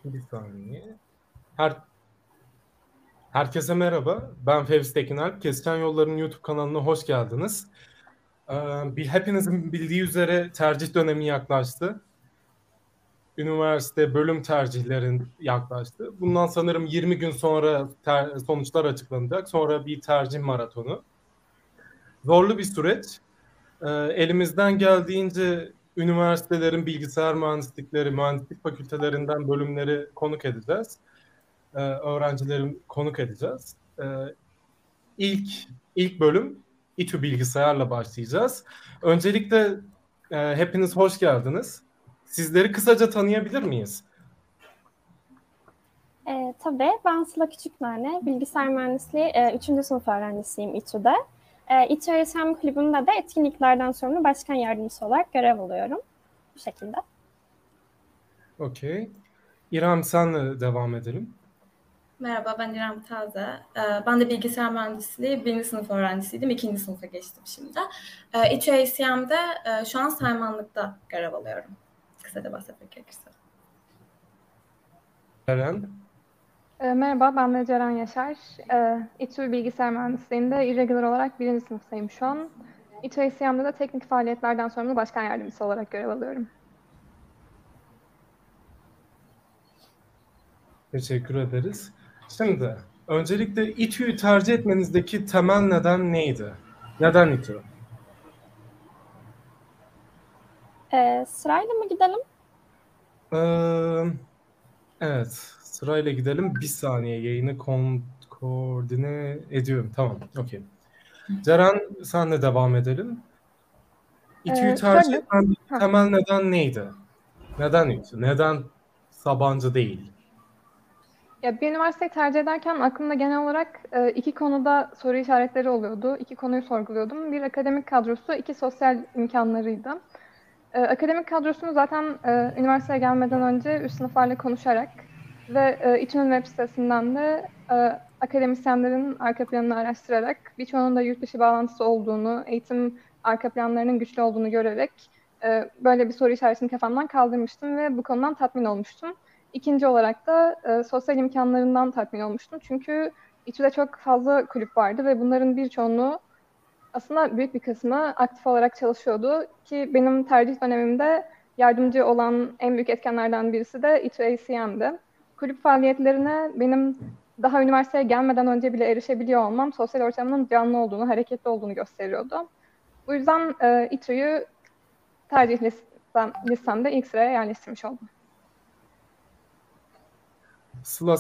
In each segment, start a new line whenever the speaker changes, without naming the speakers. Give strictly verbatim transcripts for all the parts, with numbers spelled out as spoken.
Bir saniye. Her, herkese merhaba. Ben Fevzi Tekinalp. Kesişen Yollar'ın YouTube kanalına hoş geldiniz. Ee, bir, hepinizin bildiği üzere tercih dönemi yaklaştı. Üniversite bölüm tercihlerin yaklaştı. Bundan sanırım yirmi gün sonra ter- sonuçlar açıklanacak. Sonra bir tercih maratonu. Zorlu bir süreç. Ee, elimizden geldiğince üniversitelerin bilgisayar mühendislikleri, mühendislik fakültelerinden bölümleri konuk edeceğiz. Ee, öğrencilerin konuk edeceğiz. Ee, İlk ilk bölüm İTÜ Bilgisayar'la başlayacağız. Öncelikle e, hepiniz hoş geldiniz. Sizleri kısaca tanıyabilir miyiz?
E, tabii, ben Sıla Küçüknane, bilgisayar mühendisliği e, üçüncü sınıf öğrencisiyim İTÜ'de. E, İTÜ Öğretmen Kulübü'nde de etkinliklerden sorumlu başkan yardımcısı olarak görev alıyorum. Bu şekilde.
Okey. İrem senle devam edelim.
Merhaba, ben İrem Taze. Ee, Ben de bilgisayar mühendisliği birinci sınıf öğrencisiydim. ikinci sınıfa geçtim şimdi. Ee, İTÜ A C M'de e, şu an saymanlıkta görev alıyorum. Kısaca bahsetmek gerekirse.
Eren.
E, merhaba, ben de Ceren Yaşar. E, İTÜ Bilgisayar Mühendisliği'nde irregular olarak birinci sınıftayım şu an. İTÜ A C M'de de teknik faaliyetlerden sorumlu başkan yardımcısı olarak görev alıyorum.
Teşekkür ederiz. Şimdi öncelikle İTÜ'yü tercih etmenizdeki temel neden neydi? Neden İTÜ?
E, sırayla mı gidelim?
Ee, evet, sırayla gidelim. Bir saniye yayını kon koordine ediyorum. Tamam, okey. Ceren senle devam edelim. İTÜ'yü
E,
tercih
şöyle,
etmen
ha,
temel neden neydi? Neden İTÜ? Neden Sabancı değil?
ya bir üniversiteyi tercih ederken aklımda genel olarak e, iki konuda soru işaretleri oluyordu. İki konuyu sorguluyordum. Bir akademik kadrosu, iki sosyal imkanlarıydı. E, akademik kadrosunu zaten e, üniversiteye gelmeden önce üst sınıflarla konuşarak ve e, İTÜ'nün web sitesinden de e, akademisyenlerin arka planını araştırarak birçoğunun da yurt dışı bağlantısı olduğunu, eğitim arka planlarının güçlü olduğunu görerek e, böyle bir soru işaretini kafamdan kaldırmıştım ve bu konudan tatmin olmuştum. İkinci olarak da e, sosyal imkanlarından tatmin olmuştum. Çünkü İTÜ'de çok fazla kulüp vardı ve bunların birçoğunu aslında büyük bir kısmı aktif olarak çalışıyordu ki benim tercih dönemimde yardımcı olan en büyük etkenlerden birisi de İTÜ A C M'di. Kulüp faaliyetlerine benim daha üniversiteye gelmeden önce bile erişebiliyor olmam sosyal ortamının canlı olduğunu, hareketli olduğunu gösteriyordu. Bu yüzden e, İTÜ'yü tercih listem, listemde ilk sıraya yerleştirmiş oldum.
Sıla,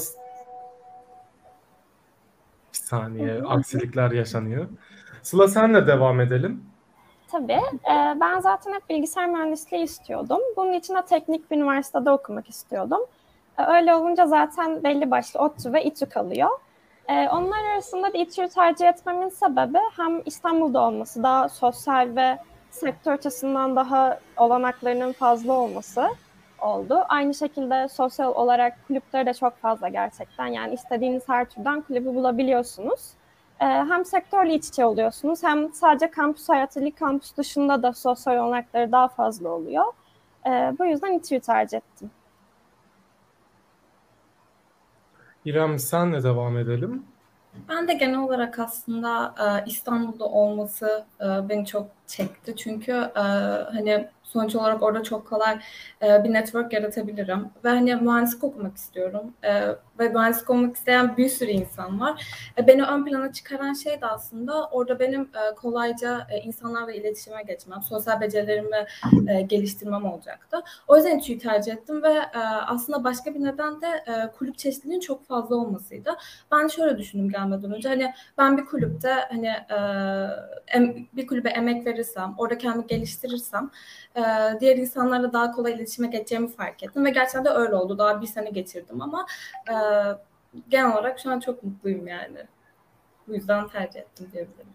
bir saniye aksilikler yaşanıyor. Sıla senle devam edelim.
Tabii. E, ben zaten hep bilgisayar mühendisliği istiyordum. Bunun için de teknik bir üniversitede okumak istiyordum. E, öyle olunca zaten belli başlı ODTÜ ve İTÜ kalıyor. E, onlar arasında da İTÜ'yü tercih etmemin sebebi hem İstanbul'da olması, daha sosyal ve sektör açısından daha olanaklarının fazla olması oldu. Aynı şekilde sosyal olarak kulüpleri de çok fazla gerçekten. Yani istediğiniz her türden kulübü bulabiliyorsunuz. Ee, hem sektörle iç içe oluyorsunuz hem sadece kampüs hayatı değil, kampüs dışında da sosyal olanakları daha fazla oluyor. Ee, bu yüzden İTÜ'yü tercih ettim.
İrem senle devam edelim.
Ben de genel olarak aslında e, İstanbul'da olması e, beni çok çekti. Çünkü e, hani sonuç olarak orada çok kolay e, bir network yaratabilirim. Ve hani mühendislik okumak istiyorum. E, ve mühendislik olmak isteyen bir sürü insan var. E, beni ön plana çıkaran şey de aslında orada benim e, kolayca e, insanlarla iletişime geçmem, sosyal becerilerimi e, geliştirmem olacaktı. O yüzden İTÜ'yü tercih ettim ve e, aslında başka bir neden de e, kulüp çeşitliliğinin çok fazla olmasıydı. Ben şöyle düşündüm gelmeden önce, hani ben bir kulüpte hani e, em, bir kulübe emek verirsem, orada kendimi geliştirirsem e, diğer insanlarla daha kolay iletişime geçeceğimi fark ettim ve gerçekten de öyle oldu. Daha bir sene geçirdim ama e, genel olarak şu an çok mutluyum yani. Bu yüzden tercih ettim diyebilirim.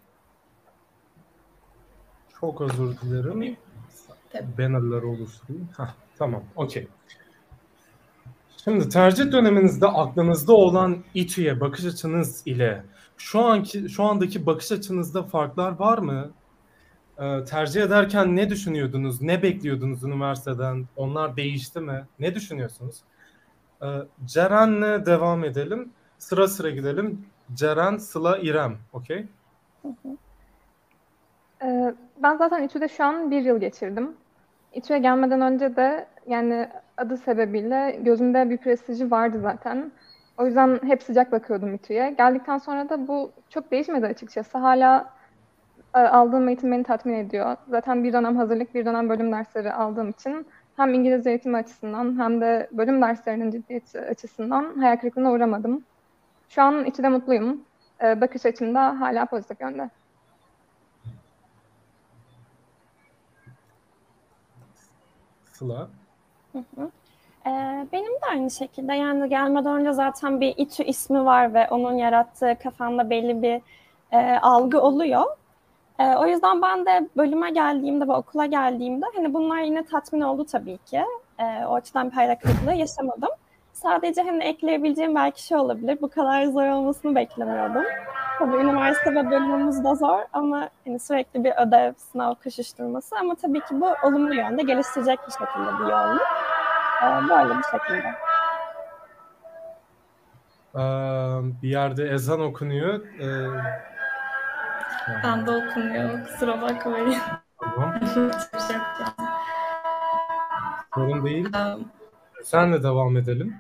Çok özür dilerim.
Tabii.
Bannerları oluşturayım. Heh, tamam, okey. Şimdi tercih döneminizde aklınızda olan İTÜ'ye bakış açınız ile şu anki şu andaki bakış açınızda farklar var mı? Ee, tercih ederken ne düşünüyordunuz? Ne bekliyordunuz üniversiteden? Onlar değişti mi? Ne düşünüyorsunuz? Ee, Ceren'le devam edelim. Sıra sıra gidelim. Ceren, Sıla, İrem. Okey?
Ee, ben zaten İTÜ'de şu an bir yıl geçirdim. İTÜ'ye gelmeden önce de yani adı sebebiyle gözümde bir prestiji vardı zaten. O yüzden hep sıcak bakıyordum İTÜ'ye. Geldikten sonra da bu çok değişmedi açıkçası. Hala e, aldığım eğitim beni tatmin ediyor. Zaten bir dönem hazırlık, bir dönem bölüm dersleri aldığım için hem İngilizce eğitimi açısından hem de bölüm derslerinin ciddiyeti açısından hayal kırıklığına uğramadım. Şu an İTÜ'de mutluyum. E, bakış açım da hala pozitif yönde.
Sıla.
Hı hı. Ee, benim de aynı şekilde yani gelmeden önce zaten bir İTÜ ismi var ve onun yarattığı kafamda belli bir e, algı oluyor. E, o yüzden ben de bölüme geldiğimde ve okula geldiğimde hani bunlar yine tatmin oldu tabii ki. E, o açıdan bir hayal kırıklığı yaşamadım. Sadece hani ekleyebileceğim belki şey olabilir. Bu kadar zor olmasını beklemiyordum. Tabii üniversite ve bölümümüz de zor ama hani sürekli bir ödev, sınav koşuşturması ama tabii ki bu olumlu yönde geliştirecek bir şekilde bir yoğunluk. Ee, böyle bir şekilde.
Ee, bir yerde ezan okunuyor. Ee,
Ben de okunuyor. Kusura bakmayın.
Tamam.
Teşekkür
Sorun değil.
ederim.
Senle devam edelim.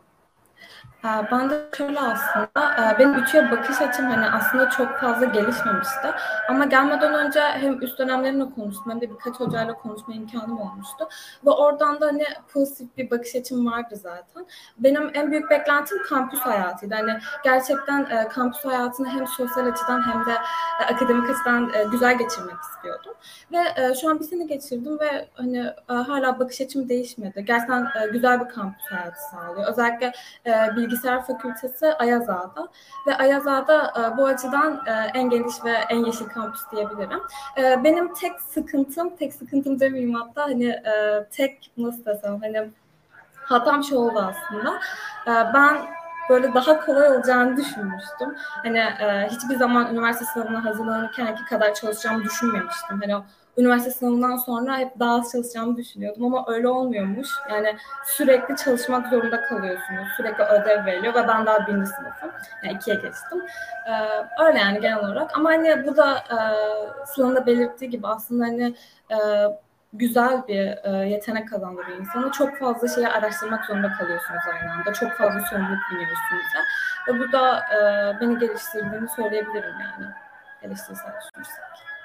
Ben de şöyle aslında, benim İTÜ'ye bakış açım hani aslında çok fazla gelişmemişti. Ama gelmeden önce hem üst dönemlerimle konuştum hem de birkaç hocayla konuşma imkanım olmuştu. Ve oradan da hani pozitif bir bakış açım vardı zaten. Benim en büyük beklentim kampüs hayatıydı. Hani gerçekten kampüs hayatını hem sosyal açıdan hem de akademik açıdan güzel geçirmek istiyordum. Ve şu an bir sene geçirdim ve hani hala bakış açım değişmedi. Gerçekten güzel bir kampüs hayatı sağlıyor. Özellikle Bilgisayar Fakültesi Ayaz Ağa'da ve Ayaz Ağa'da e, bu açıdan e, en geniş ve en yeşil kampüs diyebilirim. E, benim tek sıkıntım, tek sıkıntım demeyeyim hatta hani e, tek nasıl desem hani hatam şu oldu aslında. E, ben böyle daha kolay olacağını düşünmüştüm. Hani e, hiçbir zaman üniversite sınavına hazırlanırkenki kadar çalışacağımı düşünmemiştim. Hani o üniversite sınavından sonra hep daha az çalışacağımı düşünüyordum ama öyle olmuyormuş. Yani sürekli çalışmak zorunda kalıyorsunuz. Sürekli ödev veriliyor ve ben daha birinci sınıfım. Yani ikiye geçtim. Ee, öyle yani genel olarak. Ama hani bu da e, Sıla'nın da belirttiği gibi aslında hani e, güzel bir e, yetenek kazandırıyor insana. Çok fazla şeyi araştırmak zorunda kalıyorsunuz aynı anda. Çok fazla sorumluluk biniyorsunuz. Ve bu da e, beni geliştirdiğini söyleyebilirim yani. Geliştirsel düşünürsek.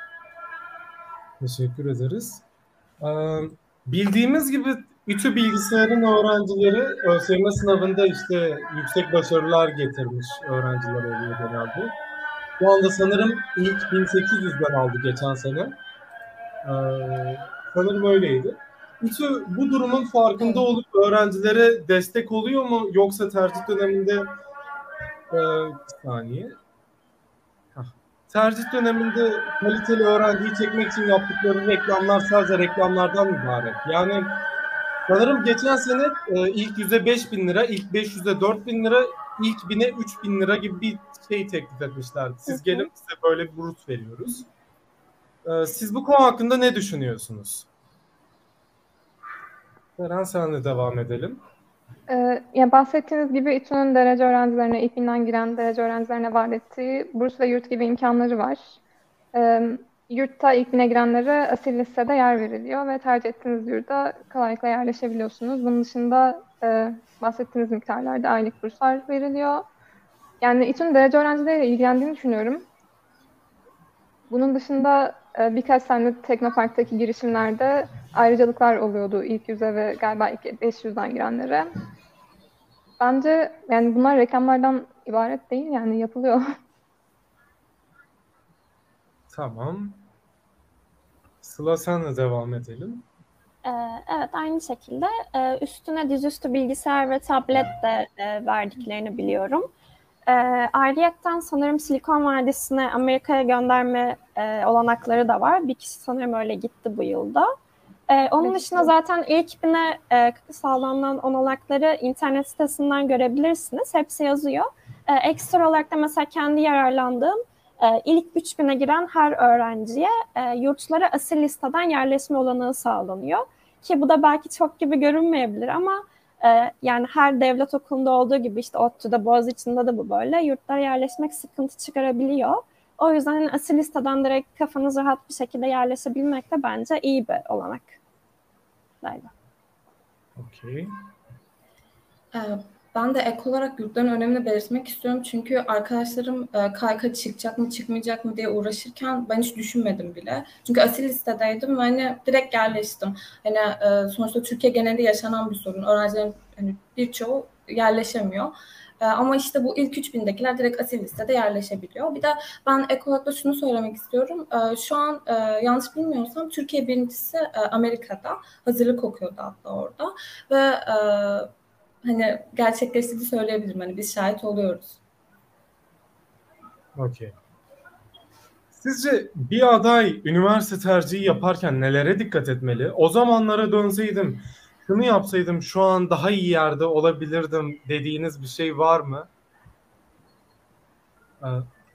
Teşekkür ederiz. Ee, bildiğimiz gibi İTÜ bilgisayarın öğrencileri ÖSYM sınavında işte yüksek başarılar getirmiş öğrenciler oluyor genelde. Şu anda sanırım ilk bin sekiz yüzden aldı geçen sene. Ee, sanırım öyleydi. İTÜ bu durumun farkında olup öğrencilere destek oluyor mu? Yoksa tercih döneminde e, bir saniye. Tercih döneminde kaliteli öğrenciyi çekmek için yaptıkları reklamlar sadece reklamlardan ibaret. Yani sanırım geçen sene e, ilk yüze beş bin lira, ilk beş yüze dört bin lira, ilk bine üç bin lira gibi bir şey teklif etmişlerdi. Siz gelin size böyle bir burs veriyoruz. E, siz bu konu hakkında ne düşünüyorsunuz? Eren senle devam edelim.
Ee, yani bahsettiğiniz gibi İTÜ'nün derece öğrencilerine, ilk binden giren derece öğrencilerine vaat ettiği burs ve yurt gibi imkanları var. Ee, yurtta ilk bine girenlere asil listede yer veriliyor ve tercih ettiğiniz yurda kolaylıkla yerleşebiliyorsunuz. Bunun dışında e, bahsettiğiniz miktarlarda aylık burslar veriliyor. Yani İTÜ'nün derece öğrencileriyle ilgilendiğini düşünüyorum. Bunun dışında e, birkaç tane Teknopark'taki girişimlerde ayrıcalıklar oluyordu ilk yüze ve galiba ilk beş yüzden girenlere. Bence yani bunlar reklamlardan ibaret değil yani yapılıyor.
Tamam. Sıla senle devam edelim.
Ee, evet aynı şekilde e, üstüne dizüstü bilgisayar ve tablet de e, verdiklerini biliyorum. E, ayrıyetten sanırım Silikon Vadisi'ne Amerika'ya gönderme e, olanakları da var. Bir kişi sanırım öyle gitti bu yılda. E, onun dışında zaten ilk bine e, sağlanan olanakları internet sitesinden görebilirsiniz. Hepsi yazıyor. E, ekstra olarak da mesela kendi yararlandığım e, ilk üç bine giren her öğrenciye e, yurtlara asil listeden yerleşme olanağı sağlanıyor. Ki bu da belki çok gibi görünmeyebilir ama Ee, yani her devlet okulunda olduğu gibi işte ODTÜ'de, Boğaziçi'nde de bu böyle. Yurtlara yerleşmek sıkıntı çıkarabiliyor. O yüzden hani asil listeden direkt kafanız rahat bir şekilde yerleşebilmek de bence iyi bir olanak. Böyle.
Okey.
Ee, Ben de ek olarak yurtların önemini belirtmek istiyorum. Çünkü arkadaşlarım e, K Y K çıkacak mı çıkmayacak mı diye uğraşırken ben hiç düşünmedim bile. Çünkü asil listedeydim ve hani direkt yerleştim. Hani e, sonuçta Türkiye genelinde yaşanan bir sorun. Öğrencilerin hani birçoğu yerleşemiyor. E, ama işte bu ilk üç bindekiler direkt asil listede yerleşebiliyor. Bir de ben ek olarak da şunu söylemek istiyorum. E, şu an e, yanlış bilmiyorsam Türkiye birincisi e, Amerika'da. Hazırlık okuyordu hatta orada. Ve e, hani gerçekleştiğini söyleyebilirim. Hani biz şahit oluyoruz.
Okey. Sizce bir aday üniversite tercihi yaparken nelere dikkat etmeli? O zamanlara dönseydim, şunu yapsaydım şu an daha iyi yerde olabilirdim dediğiniz bir şey var mı? Ee,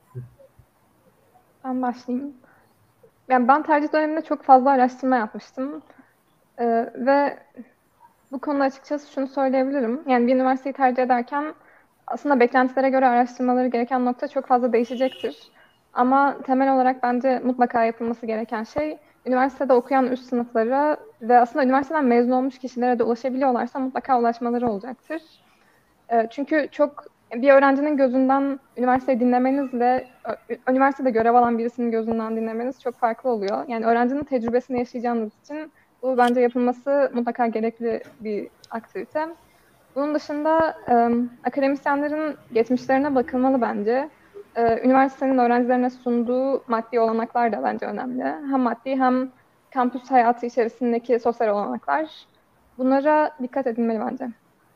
Ben başlayayım. Yani ben tercih döneminde çok fazla araştırma yapmıştım. Ee, ve bu konuda açıkçası şunu söyleyebilirim. Yani bir üniversiteyi tercih ederken aslında beklentilere göre araştırmaları gereken nokta çok fazla değişecektir. Ama temel olarak bence mutlaka yapılması gereken şey üniversitede okuyan üst sınıflara ve aslında üniversiteden mezun olmuş kişilere de ulaşabiliyorlarsa mutlaka ulaşmaları olacaktır. Ee, çünkü çok bir öğrencinin gözünden üniversiteyi dinlemenizle ö- üniversitede görev alan birisinin gözünden dinlemeniz çok farklı oluyor. Yani öğrencinin tecrübesini yaşayacağınız için bu bence yapılması mutlaka gerekli bir aktivite. Bunun dışında e, akademisyenlerin geçmişlerine bakılmalı bence. E, üniversitenin öğrencilerine sunduğu maddi olanaklar da bence önemli. Hem maddi hem kampüs hayatı içerisindeki sosyal olanaklar. Bunlara dikkat edilmeli bence.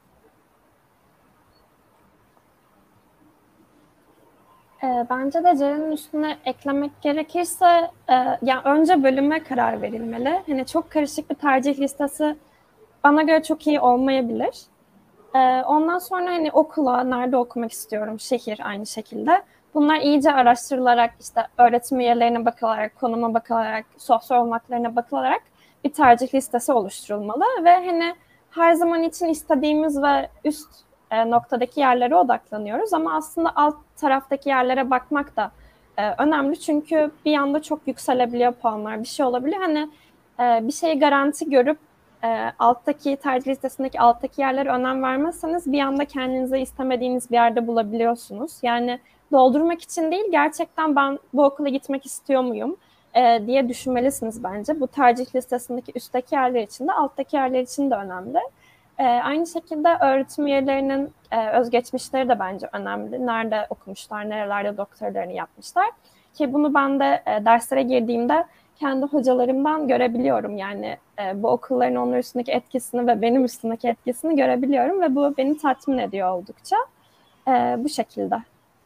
E, bence de Ceren'in üstüne eklemek gerekirse e, yani önce bölüme karar verilmeli. Hani çok karışık bir tercih listesi bana göre çok iyi olmayabilir. E, ondan sonra hani okula, nerede okumak istiyorum, şehir aynı şekilde. Bunlar iyice araştırılarak, işte öğretim üyelerine bakılarak, konuma bakılarak, sosyal olanaklarına bakılarak bir tercih listesi oluşturulmalı. Ve hani her zaman için istediğimiz ve üst e, noktadaki yerlere odaklanıyoruz. Ama aslında alt taraftaki yerlere bakmak da e, önemli. Çünkü bir anda çok yükselebiliyor puanlar, bir şey olabiliyor. Hani e, bir şeyi garanti görüp e, alttaki tercih listesindeki alttaki yerlere önem vermezseniz bir anda kendinizi istemediğiniz bir yerde bulabiliyorsunuz. Yani doldurmak için değil, gerçekten ben bu okula gitmek istiyor muyum e, diye düşünmelisiniz bence. Bu tercih listesindeki üstteki yerler için de alttaki yerler için de önemli. E, aynı şekilde öğretim üyelerinin e, özgeçmişleri de bence önemli. Nerede okumuşlar, nerelerde doktoralarını yapmışlar. Ki bunu ben de e, derslere girdiğimde kendi hocalarımdan görebiliyorum. Yani e, bu okulların onun üstündeki etkisini ve benim üstündeki etkisini görebiliyorum ve bu beni tatmin ediyor oldukça. E, bu şekilde.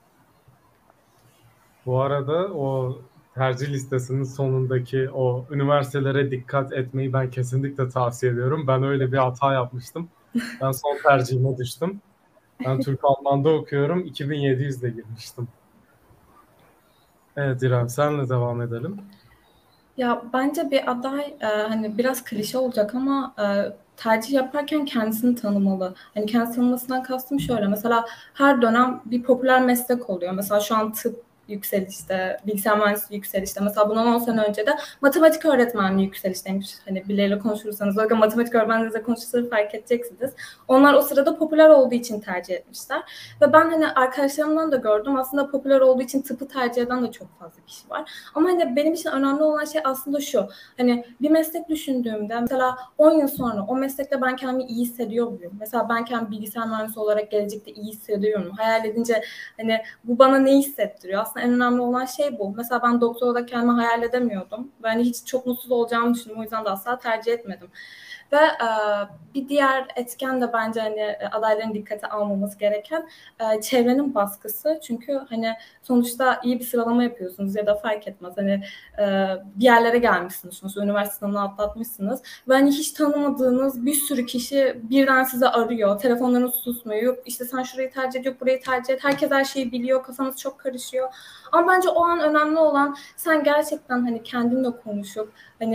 Bu arada o tercih listesinin sonundaki o üniversitelere dikkat etmeyi ben kesinlikle tavsiye ediyorum. Ben öyle bir hata yapmıştım. Ben son tercihime düştüm. Ben Türk Alman'da okuyorum. iki bin yedi yüzde girmiştim. Evet İrem, senle devam edelim.
Ya bence bir aday e, hani biraz klişe olacak ama e, tercih yaparken kendisini tanımalı. Hani kendisini tanımasından kastım şöyle. Mesela her dönem bir popüler meslek oluyor. Mesela şu an tıp yükselişte, bilgisayar mühendisliği yükselişte. Mesela bundan on sene önce de matematik öğretmenliği yükselişteymiş. Hani birileriyle konuşursanız, öyle matematik öğretmenlerinizle konuşursanız fark edeceksiniz. Onlar o sırada popüler olduğu için tercih etmişler. Ve ben hani arkadaşlarımdan da gördüm. Aslında popüler olduğu için tıpı tercih eden de çok fazla kişi var. Ama hani benim için önemli olan şey aslında şu. Hani bir meslek düşündüğümde mesela on yıl sonra o meslekte ben kendimi iyi hissediyor muyum? Mesela ben kendimi bilgisayar mühendisi olarak gelecekte iyi hissediyorum. Hayal edince hani bu bana ne hissettiriyor? Aslında en önemli olan şey bu. Mesela ben doktorada kendimi hayal edemiyordum. Ben hiç çok mutsuz olacağımı düşündüm. O yüzden de asla tercih etmedim. Ve e, bir diğer etken de bence hani adayların dikkate almaması gereken e, çevrenin baskısı. Çünkü hani sonuçta iyi bir sıralama yapıyorsunuz ya da fark etmez. Hani e, bir yerlere gelmişsiniz. Sonuçta üniversite sınavını atlatmışsınız. Ve hani hiç tanımadığınız bir sürü kişi birden sizi arıyor. Telefonlarınız susmuyor. Yok işte sen şurayı tercih et, yok burayı tercih et. Herkes her şeyi biliyor. Kafanız çok karışıyor. Ama bence o an önemli olan sen gerçekten hani kendinle konuşup hani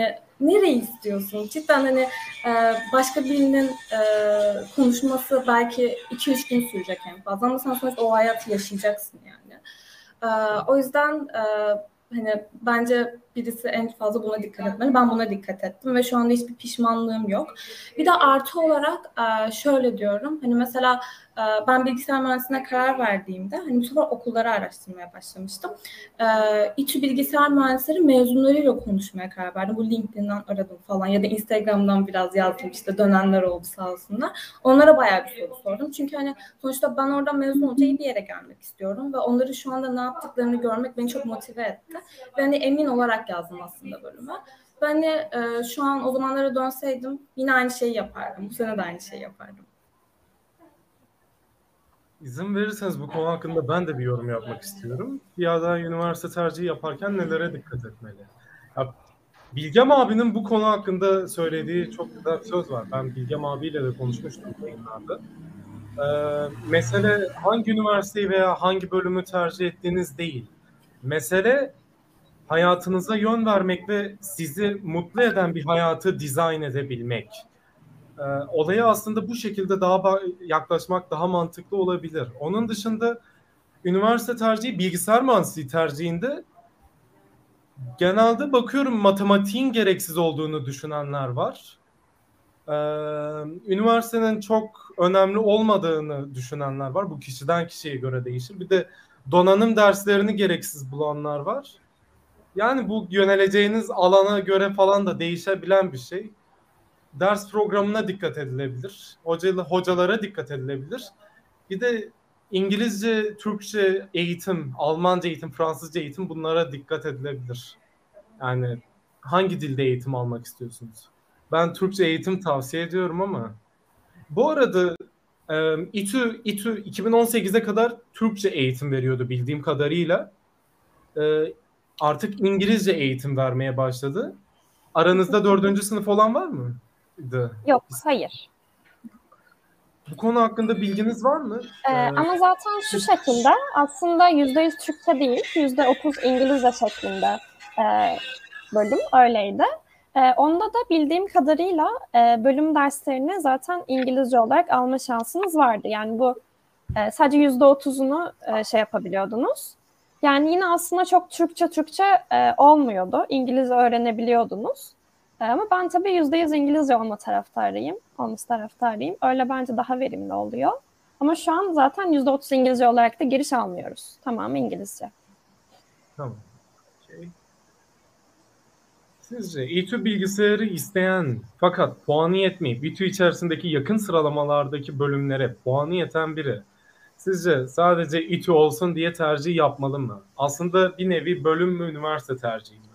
nereyi istiyorsun? Cidden hani e, başka birinin e, konuşması belki iki üç gün sürecek en fazla ama sen sonuçta o hayatı yaşayacaksın yani. E, o yüzden e, hani bence birisi en fazla buna dikkat etmeli. Ben buna dikkat ettim ve şu anda hiçbir pişmanlığım yok. Bir de artı olarak e, şöyle diyorum. Hani mesela e, ben bilgisayar mühendisliğine karar verdiğimde hani bu sefer okulları araştırmaya başlamıştım. E, İTÜ bilgisayar mühendisleri mezunlarıyla konuşmaya karar verdim. Bu LinkedIn'den aradım falan ya da Instagram'dan biraz yazdım, işte dönenler oldu sağ olsunlar. Onlara bayağı bir soru sordum. Çünkü hani sonuçta ben oradan mezun olunca iyi bir yere gelmek istiyorum ve onları şu anda ne yaptıklarını görmek beni çok motive etti. Ve hani emin olarak yazdım aslında bölüme. Ben de e, şu an o zamanlara dönseydim yine aynı şeyi yapardım. Bu sene de aynı şeyi yapardım.
İzin verirseniz bu konu hakkında ben de bir yorum yapmak istiyorum. Bir adam üniversite tercihi yaparken nelere dikkat etmeli? Ya, Bilgem abinin bu konu hakkında söylediği çok güzel bir söz var. Ben Bilgem abiyle de konuşmuştum yayınlarda. Ee, mesele hangi üniversiteyi veya hangi bölümü tercih ettiğiniz değil. Mesele hayatınıza yön vermek ve sizi mutlu eden bir hayatı dizayn edebilmek. Ee, olaya aslında bu şekilde daha yaklaşmak daha mantıklı olabilir. Onun dışında üniversite tercihi, bilgisayar mühendisliği tercihinde genelde bakıyorum matematiğin gereksiz olduğunu düşünenler var. Ee, üniversitenin çok önemli olmadığını düşünenler var. Bu kişiden kişiye göre değişir. Bir de donanım derslerini gereksiz bulanlar var. Yani bu yöneleceğiniz alana göre falan da değişebilen bir şey. Ders programına dikkat edilebilir. Hocalı, hocalara dikkat edilebilir. Bir de İngilizce, Türkçe eğitim, Almanca eğitim, Fransızca eğitim, bunlara dikkat edilebilir. Yani hangi dilde eğitim almak istiyorsunuz? Ben Türkçe eğitim tavsiye ediyorum ama bu arada e, İTÜ, İTÜ iki bin on sekize kadar Türkçe eğitim veriyordu bildiğim kadarıyla. E, artık İngilizce eğitim vermeye başladı. Aranızda dördüncü sınıf olan var mı?
Yok, hayır.
Bu konu hakkında bilginiz var mı?
Ee,
Ee,
ama zaten şu şekilde aslında yüzde yüz Türkçe değil, yüzde otuz İngilizce şeklinde e, bölüm öyleydi. E, onda da bildiğim kadarıyla e, bölüm derslerini zaten İngilizce olarak alma şansınız vardı. Yani bu e, sadece yüzde otuzunu e, şey yapabiliyordunuz. Yani yine aslında çok Türkçe Türkçe e, olmuyordu. İngilizce öğrenebiliyordunuz. E, ama ben tabii yüzde yüz İngilizce olma taraftarıyım. Olması taraftarıyım. Öyle bence daha verimli oluyor. Ama şu an zaten yüzde otuz İngilizce olarak da giriş almıyoruz. Tamamı İngilizce.
Tamam. Okay. Sizce İTÜ bilgisayarı isteyen fakat puanı yetmeyip İTÜ içerisindeki yakın sıralamalardaki bölümlere puanı yeten biri sizce sadece İTÜ olsun diye tercih yapmalı mı? Aslında bir nevi bölüm mü, üniversite tercihi mi?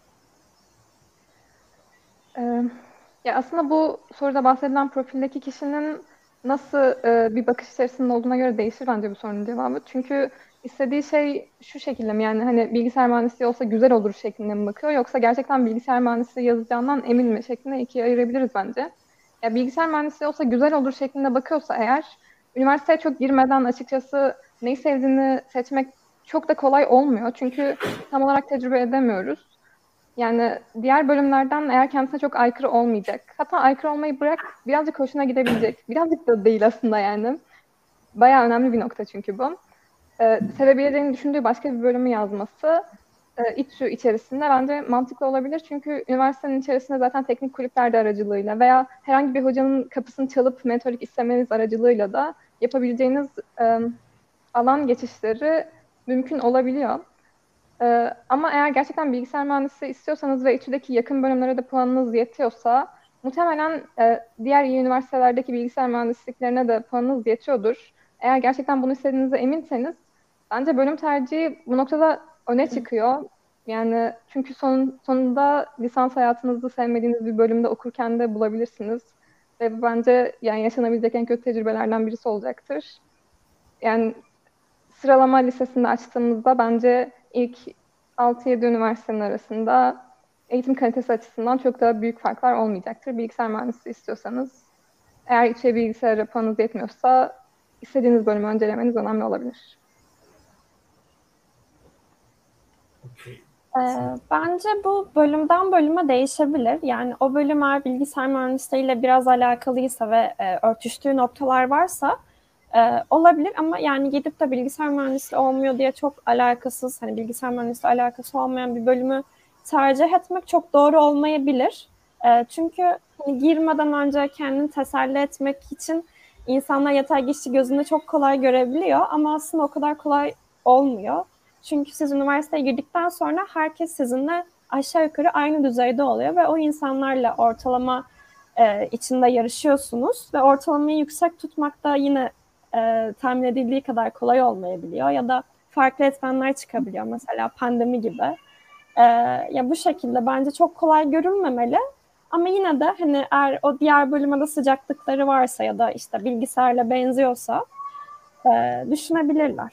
Ee, ya aslında bu soruda bahsedilen profildeki kişinin nasıl e, bir bakış içerisinde olduğuna göre değişir bence bu sorunun cevabı. Çünkü istediği şey şu şekilde mi, yani hani bilgisayar mühendisliği olsa güzel olur şeklinde mi bakıyor, yoksa gerçekten bilgisayar mühendisliği yazacağından emin mi şeklinde ikiye ayırabiliriz bence. Ya bilgisayar mühendisliği olsa güzel olur şeklinde bakıyorsa eğer, üniversiteye çok girmeden açıkçası neyi sevdiğini seçmek çok da kolay olmuyor. Çünkü tam olarak tecrübe edemiyoruz. Yani diğer bölümlerden eğer kendisine çok aykırı olmayacak. Hatta aykırı olmayı bırak, birazcık hoşuna gidebilecek. Birazcık da değil aslında yani. Bayağı önemli bir nokta çünkü bu. Ee, sevebileceğini düşündüğü başka bir bölümü yazması e, İTÜ içerisinde bence mantıklı olabilir. Çünkü üniversitenin içerisinde zaten teknik kulüpler de aracılığıyla veya herhangi bir hocanın kapısını çalıp mentorluk istemeniz aracılığıyla da yapabileceğiniz e, alan geçişleri mümkün olabiliyor. Ee, ama eğer gerçekten bilgisayar mühendisliği istiyorsanız ve İTÜ'deki yakın bölümlere de puanınız yetiyorsa, muhtemelen e, diğer iyi üniversitelerdeki bilgisayar mühendisliklerine de puanınız yetiyordur. Eğer gerçekten bunu istediğinize eminseniz, bence bölüm tercihi bu noktada öne çıkıyor. Yani çünkü son, sonunda lisans hayatınızı sevmediğiniz bir bölümde okurken de bulabilirsiniz. Ve bu bence yani yaşanabilecek en kötü tecrübelerden birisi olacaktır. Yani sıralama listesinde açtığımızda bence ilk altı yedi üniversitenin arasında eğitim kalitesi açısından çok daha büyük farklar olmayacaktır. Bilgisayar mühendisliği istiyorsanız, eğer içe bilgisayara puanınız yetmiyorsa, istediğiniz bölümü öncelemeniz önemli olabilir.
Okay.
Ee, bence bu bölümden bölüme değişebilir. Yani o bölüm eğer bilgisayar mühendisliğiyle biraz alakalıysa ve e, örtüştüğü noktalar varsa e, olabilir ama yani gidip de bilgisayar mühendisliği olmuyor diye çok alakasız, hani bilgisayar mühendisliği alakası olmayan bir bölümü tercih etmek çok doğru olmayabilir. E, çünkü hani girmeden önce kendini teselli etmek için insanlar yatay geçişi gözünde çok kolay görebiliyor ama aslında o kadar kolay olmuyor. Çünkü siz üniversiteye girdikten sonra herkes sizinle aşağı yukarı aynı düzeyde oluyor ve o insanlarla ortalama e, içinde yarışıyorsunuz ve ortalamayı yüksek tutmak da yine e, tahmin edildiği kadar kolay olmayabiliyor ya da farklı etmenler çıkabiliyor mesela pandemi gibi. E, ya bu şekilde bence çok kolay görünmemeli ama yine de hani eğer o diğer bölüme de sıcaklıkları varsa ya da işte bilgisayarla benziyorsa e, düşünebilirler.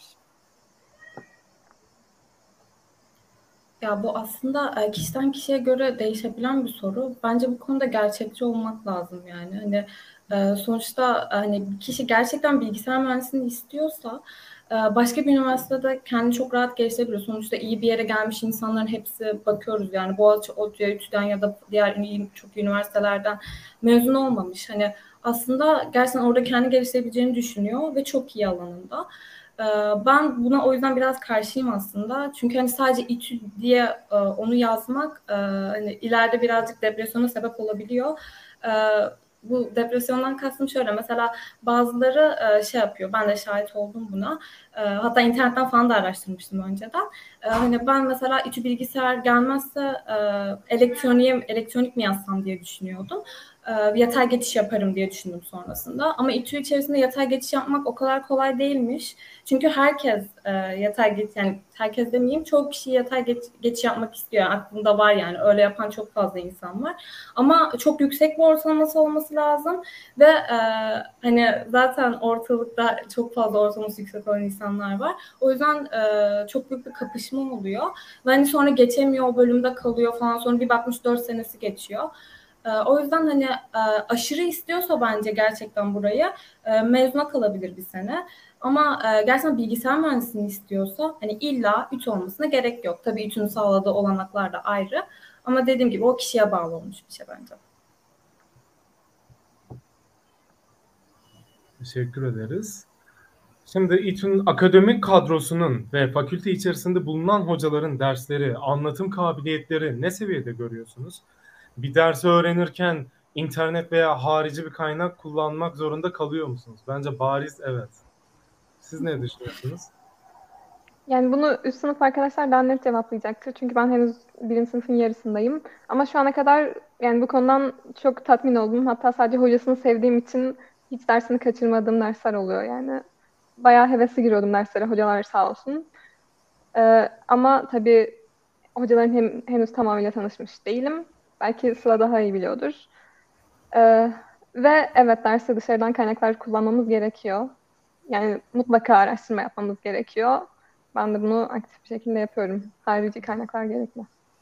Ya bu aslında e, kişiden kişiye göre değişebilen bir soru. Bence bu konuda gerçekçi olmak lazım yani. Hani e, sonuçta e, hani bir kişi gerçekten bilgisayar mühendisliğini istiyorsa e, başka bir üniversitede kendini çok rahat geliştirebilir. Sonuçta iyi bir yere gelmiş insanların hepsi bakıyoruz yani Boğaziçi, ODTÜ, İTÜ'den ya da diğer iyi çok iyi üniversitelerden mezun olmamış. Hani aslında gerçekten orada kendi geliştirebileceğini düşünüyor ve çok iyi alanında. Ee, Ben buna o yüzden biraz karşıyım aslında. Çünkü hani sadece İTÜ diye e, onu yazmak e, hani ileride birazcık depresyona sebep olabiliyor. E, Bu depresyondan kastım şöyle. Mesela bazıları e, şey yapıyor. Ben de şahit oldum buna. E, Hatta internetten falan da araştırmıştım önceden. E, Hani ben mesela İTÜ bilgisayar gelmezse e, elektroniğe, elektronik mi yazsam diye düşünüyordum. E, Yatay geçiş yaparım diye düşündüm sonrasında. Ama İTÜ içerisinde yatay geçiş yapmak o kadar kolay değilmiş. Çünkü herkes e, yatay geç yani herkes demeyeyim çok kişi yatay geç, geçiş yapmak istiyor. Yani aklımda var yani öyle yapan çok fazla insan var. Ama çok yüksek bir ortalaması olması lazım ve e, hani zaten ortalıkta çok fazla ortalaması yüksek olan insanlar var. O yüzden e, çok büyük bir kapışma oluyor. Ve hani sonra geçemiyor, o bölümde kalıyor falan. Sonra bir bakmış dört senesi geçiyor. E, o yüzden hani e, aşırı istiyorsa bence gerçekten burayı e, mezuna kalabilir bir sene. Ama e, gerçekten bilgisayar mühendisliğini istiyorsa hani illa İTÜ olmasına gerek yok. Tabii İTÜ'nün sağladığı olanaklar da ayrı. Ama dediğim gibi o kişiye bağlı olmuş bir şey bence.
Teşekkür ederiz. Şimdi İTÜ'nün akademik kadrosunun ve fakülte içerisinde bulunan hocaların dersleri, anlatım kabiliyetleri ne seviyede görüyorsunuz? Bir dersi öğrenirken internet veya harici bir kaynak kullanmak zorunda kalıyor musunuz? Bence bariz evet. Siz ne düşünüyorsunuz?
Yani bunu üst sınıf arkadaşlar daha net cevaplayacaktır. Çünkü ben henüz birinci sınıfın yarısındayım. Ama şu ana kadar yani bu konudan çok tatmin oldum. Hatta sadece hocasını sevdiğim için hiç dersini kaçırmadığım dersler oluyor yani. Bayağı hevesli giriyordum derslere, hocalar sağ olsun. Ee, ama tabii hocaların hem, henüz tamamıyla tanışmış değilim. Belki Sıla daha iyi biliyordur. Ee, Ve evet derste dışarıdan kaynaklar kullanmamız gerekiyor. Yani mutlaka araştırma yapmamız gerekiyor. Ben de bunu aktif bir şekilde yapıyorum. Harici kaynaklar gerekli.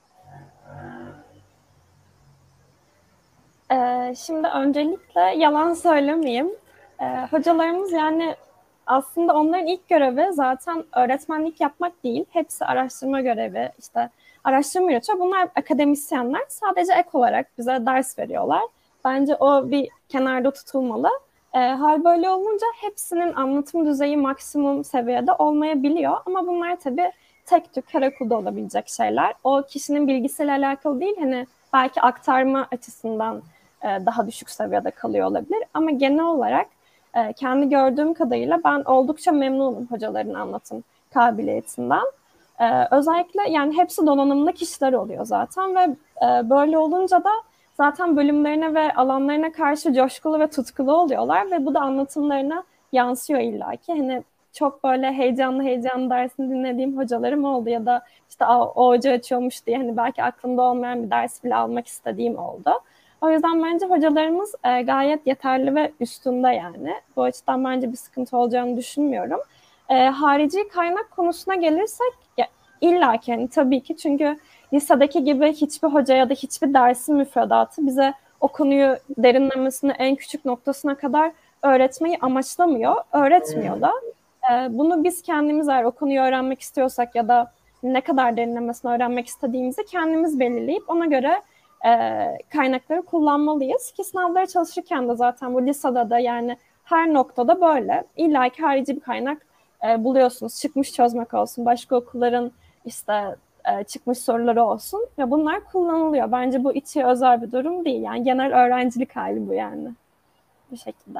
Ee, şimdi öncelikle yalan söylemeyeyim. Ee, hocalarımız yani aslında onların ilk görevi zaten öğretmenlik yapmak değil. Hepsi araştırma görevi, işte araştırma yürütüyor. Bunlar akademisyenler. Sadece ek olarak bize ders veriyorlar. Bence o bir kenarda tutulmalı. Ee, hal böyle olunca hepsinin anlatım düzeyi maksimum seviyede olmayabiliyor. Ama bunlar tabii tek tük her okulda olabilecek şeyler. O kişinin bilgisiyle alakalı değil. Hani belki aktarma açısından e, daha düşük seviyede kalıyor olabilir. Ama genel olarak e, kendi gördüğüm kadarıyla ben oldukça memnunum hocaların anlatım kabiliyetinden. E, özellikle yani hepsi donanımlı kişiler oluyor zaten ve e, böyle olunca da zaten bölümlerine ve alanlarına karşı coşkulu ve tutkulu oluyorlar ve bu da anlatımlarına yansıyor illaki. Hani çok böyle heyecanlı heyecanlı dersini dinlediğim hocalarım oldu ya da işte o hoca açıyormuş diye hani belki aklımda olmayan bir ders bile almak istediğim oldu. O yüzden bence hocalarımız e, gayet yeterli ve üstünde yani. Bu açıdan bence bir sıkıntı olacağını düşünmüyorum. E, harici kaynak konusuna gelirsek ya, illa ki yani tabii ki çünkü lisedeki gibi hiçbir hoca ya da hiçbir dersin müfredatı bize o konuyu derinlemesine en küçük noktasına kadar öğretmeyi amaçlamıyor, öğretmiyor da. E, bunu biz kendimiz eğer o konuyu öğrenmek istiyorsak ya da ne kadar derinlemesine öğrenmek istediğimizi kendimiz belirleyip ona göre e, kaynakları kullanmalıyız. Ki sınavlara çalışırken de zaten bu lisede de yani her noktada böyle. İlla ki harici bir kaynak e, buluyorsunuz. Çıkmış çözmek olsun, başka okulların işte e, çıkmış soruları olsun ve bunlar kullanılıyor. Bence bu İTÜ'ye özel bir durum değil. Yani genel öğrencilik hali bu yani. Bu şekilde.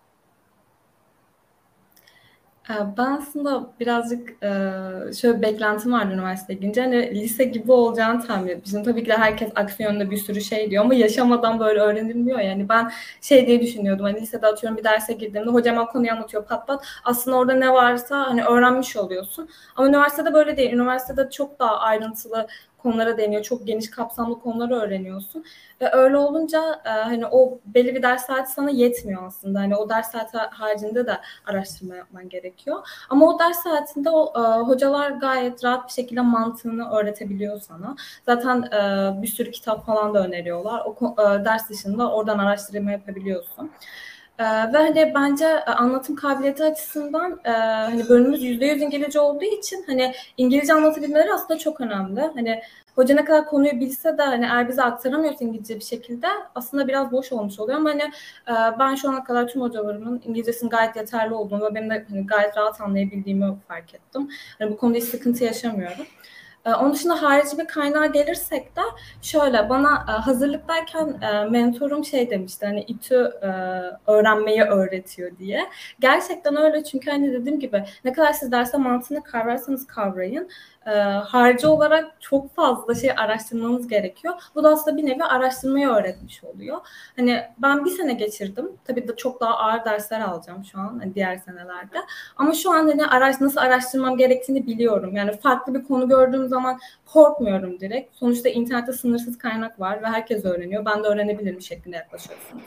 Ben aslında birazcık e, şöyle bir beklentim vardı üniversiteye gidince. Hani lise gibi olacağını tahmin etmiştim. Tabii ki de herkes aksiyonda bir sürü şey diyor ama yaşamadan böyle öğrenilmiyor. Yani ben şey diye düşünüyordum. Hani lisede atıyorum bir derse girdiğimde hocam o konuyu anlatıyor pat pat. Aslında orada ne varsa hani öğrenmiş oluyorsun. Ama üniversitede böyle değil. Üniversitede çok daha ayrıntılı konulara deniyor. Çok geniş kapsamlı konuları öğreniyorsun. Ve öyle olunca e, hani o belli bir ders saati sana yetmiyor aslında. Hani o ders saati haricinde de araştırma yapman gerekiyor. Ama o ders saatinde o e, hocalar gayet rahat bir şekilde mantığını öğretebiliyor sana. Zaten e, bir sürü kitap falan da öneriyorlar. O e, ders dışında oradan araştırma yapabiliyorsun. Ee, ve hani bence anlatım kabiliyeti açısından e, hani bölümümüz yüzde yüz İngilizce olduğu için hani İngilizce anlatabilmeleri aslında çok önemli. Hani hoca ne kadar konuyu bilse de hani eğer bize aktaramıyorsa İngilizce bir şekilde aslında biraz boş olmuş oluyor. Ama hani e, ben şu ana kadar tüm hocalarımın İngilizcesinin gayet yeterli olduğunu ve benim de hani gayet rahat anlayabildiğimi fark ettim. Hani bu konuda hiç sıkıntı yaşamıyorum. Onun dışında harici bir kaynağa gelirsek de şöyle bana hazırlıktayken mentorum şey demişti hani İTÜ öğrenmeyi öğretiyor diye. Gerçekten öyle çünkü hani dediğim gibi ne kadar siz derse mantığını kavrarsanız kavrayın harici olarak çok fazla şey araştırmanız gerekiyor. Bu da aslında bir nevi araştırmayı öğretmiş oluyor. Hani ben bir sene geçirdim. Tabii de çok daha ağır dersler alacağım şu an hani diğer senelerde. Ama şu an hani araş, nasıl araştırmam gerektiğini biliyorum. Yani farklı bir konu gördüğüm zaman korkmuyorum direkt. Sonuçta internette sınırsız kaynak var ve herkes öğreniyor. Ben de öğrenebilirim şeklinde yaklaşıyorsunuz.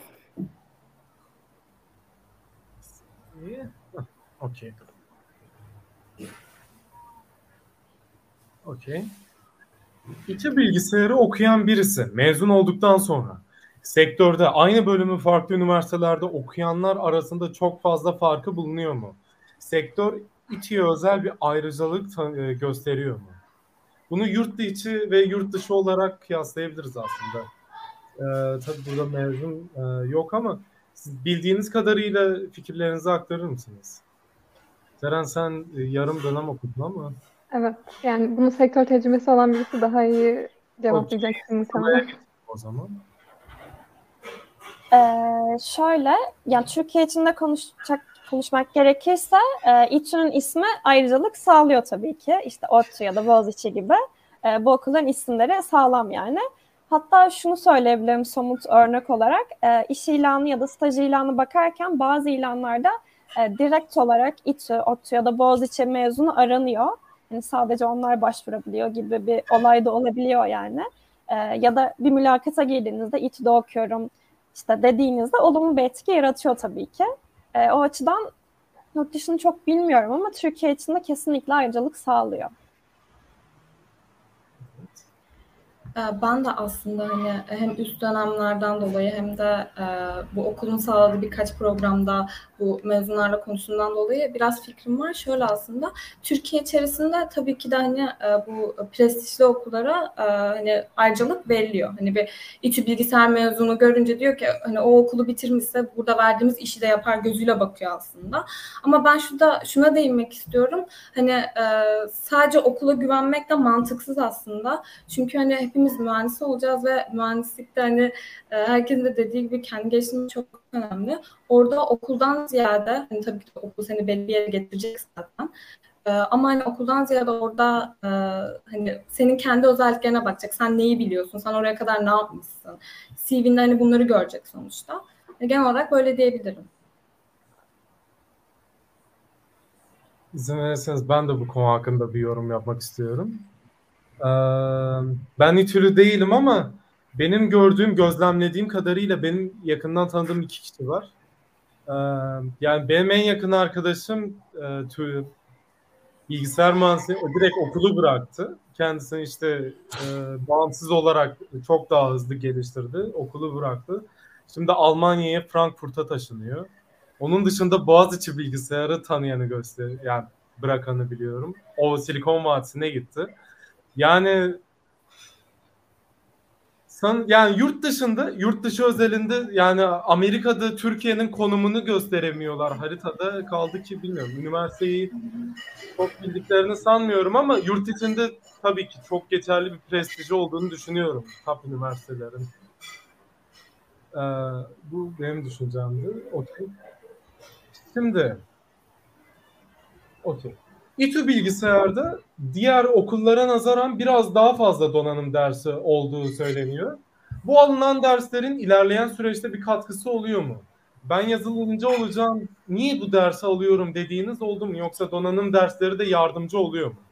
Okey. Okey. İTÜ bilgisayarı okuyan birisi mezun olduktan sonra sektörde aynı bölümü farklı üniversitelerde okuyanlar arasında çok fazla farkı bulunuyor mu? Sektör İTÜ'ye özel bir ayrıcalık gösteriyor mu? Bunu yurt içi ve yurt dışı olarak kıyaslayabiliriz aslında. Ee, tabii burada mezun e, yok ama siz bildiğiniz kadarıyla fikirlerinizi aktarır mısınız? Ceren sen e, yarım dönem okudun ama.
Evet, yani bunu sektör tecrübesi olan birisi daha iyi cevaplayacaktır muhtemelen.
O zaman.
Ee, şöyle, yani Türkiye içinde konuşacak konuşmak gerekirse e, İTÜ'nün ismi ayrıcalık sağlıyor tabii ki. İşte ODTÜ ya da Boğaziçi gibi e, bu okulların isimleri sağlam yani. Hatta şunu söyleyebilirim somut örnek olarak e, iş ilanı ya da staj ilanı bakarken bazı ilanlarda e, direkt olarak İTÜ, ODTÜ ya da Boğaziçi mezunu aranıyor. Yani sadece onlar başvurabiliyor gibi bir olay da olabiliyor yani. E, ya da bir mülakata girdiğinizde İTÜ'de okuyorum işte dediğinizde olumlu bir etki yaratıyor tabii ki. E, o açıdan yurt dışını çok bilmiyorum ama Türkiye için de kesinlikle ayrıcalık sağlıyor.
Ben de aslında hani hem üst dönemlerden dolayı hem de e, bu okulun sağladığı birkaç programda bu mezunlarla konuştuğumdan dolayı biraz fikrim var. Şöyle aslında Türkiye içerisinde tabii ki de hani e, bu prestijli okullara e, hani ayrıcalık veriliyor. Hani bir İTÜ bilgisayar mezunu görünce diyor ki hani o okulu bitirmişse burada verdiğimiz işi de yapar gözüyle bakıyor aslında. Ama ben şurada şuna değinmek istiyorum. Hani e, sadece okula güvenmek de mantıksız aslında. Çünkü hani hepimiz Hepimiz mühendis olacağız ve mühendislikte hani herkesin de dediği gibi kendi gelişimi çok önemli. Orada okuldan ziyade hani tabii ki de okul seni belli bir yere getirecek zaten. Ama hani okuldan ziyade orada hani senin kendi özelliklerine bakacak. Sen neyi biliyorsun? Sen oraya kadar ne yapmışsın? C V'nde hani bunları görecek sonuçta. Genel olarak böyle diyebilirim.
İzin verirseniz ben de bu konu hakkında bir yorum yapmak istiyorum. Ben İTÜ'lü değilim ama benim gördüğüm, gözlemlediğim kadarıyla benim yakından tanıdığım iki kişi var. Yani benim en yakın arkadaşım bilgisayar mühendisliği direkt okulu bıraktı. Kendisini işte bağımsız olarak çok daha hızlı geliştirdi. Okulu bıraktı. Şimdi Almanya'ya, Frankfurt'a taşınıyor. Onun dışında Boğaziçi bilgisayarı tanıyanı göster, yani bırakanı biliyorum. O Silikon Vadisi'ne gitti. Yani san, yani yurt dışında, yurt dışı özelinde yani Amerika'da Türkiye'nin konumunu gösteremiyorlar haritada. Kaldı ki bilmiyorum. Üniversiteyi çok bildiklerini sanmıyorum ama yurt içinde tabii ki çok geçerli bir prestiji olduğunu düşünüyorum top üniversitelerin. Ee, bu benim düşüncemdi. Okey. Şimdi okey. İTÜ bilgisayarda diğer okullara nazaran biraz daha fazla donanım dersi olduğu söyleniyor. Bu alınan derslerin ilerleyen süreçte bir katkısı oluyor mu? Ben yazılımcı olacağım, niye bu dersi alıyorum dediğiniz oldu mu? Yoksa donanım dersleri de yardımcı oluyor mu?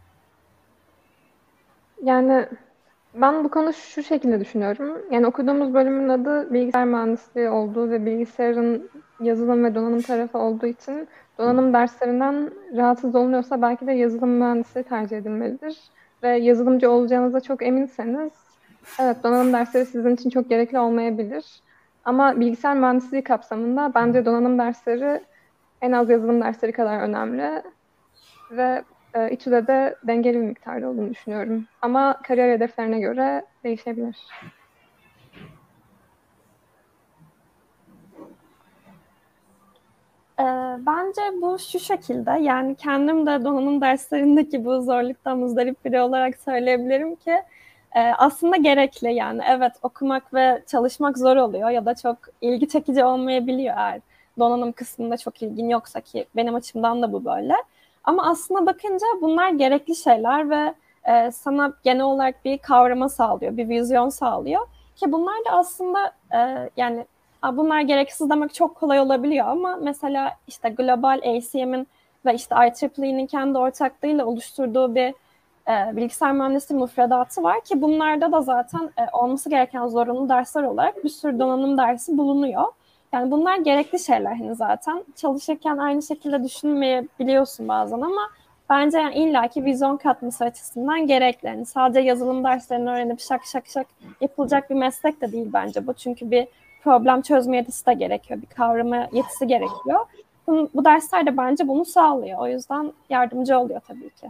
Yani ben bu konu şu şekilde düşünüyorum. Yani okuduğumuz bölümün adı bilgisayar mühendisliği olduğu ve bilgisayarın yazılım ve donanım tarafı olduğu için donanım derslerinden rahatsız olunuyorsa belki de yazılım mühendisliği tercih edilmelidir. Ve yazılımcı olacağınıza çok eminseniz evet donanım dersleri sizin için çok gerekli olmayabilir. Ama bilgisayar mühendisliği kapsamında bence donanım dersleri en az yazılım dersleri kadar önemli. Ve e, İTÜ'de de dengeli bir miktarda olduğunu düşünüyorum. Ama kariyer hedeflerine göre değişebilir.
Ee, bence bu şu şekilde, yani kendim de donanım derslerindeki bu zorluktan muzdarip biri olarak söyleyebilirim ki e, aslında gerekli. Yani evet, okumak ve çalışmak zor oluyor ya da çok ilgi çekici olmayabiliyor eğer donanım kısmında çok ilgin yoksa, ki benim açımdan da bu böyle. Ama aslında bakınca bunlar gerekli şeyler ve e, sana genel olarak bir kavrama sağlıyor, bir vizyon sağlıyor. Ki bunlar da aslında e, yani bunlar gereksiz demek çok kolay olabiliyor ama mesela işte global A C M'in ve işte I E E E'nin kendi ortaklığıyla oluşturduğu bir e, bilgisayar mühendisliği müfredatı var ki bunlarda da zaten e, olması gereken zorunlu dersler olarak bir sürü donanım dersi bulunuyor. Yani bunlar gerekli şeyler hani zaten. Çalışırken aynı şekilde düşünmeyebiliyorsun bazen ama bence yani illaki vizyon katması açısından gerekli. Yani sadece yazılım derslerini öğrenip şak şak şak yapılacak bir meslek de değil bence bu. Çünkü bir problem çözme yetisi de gerekiyor. Bir kavrama yetisi gerekiyor. Bu, bu dersler de bence bunu sağlıyor. O yüzden yardımcı oluyor tabii ki.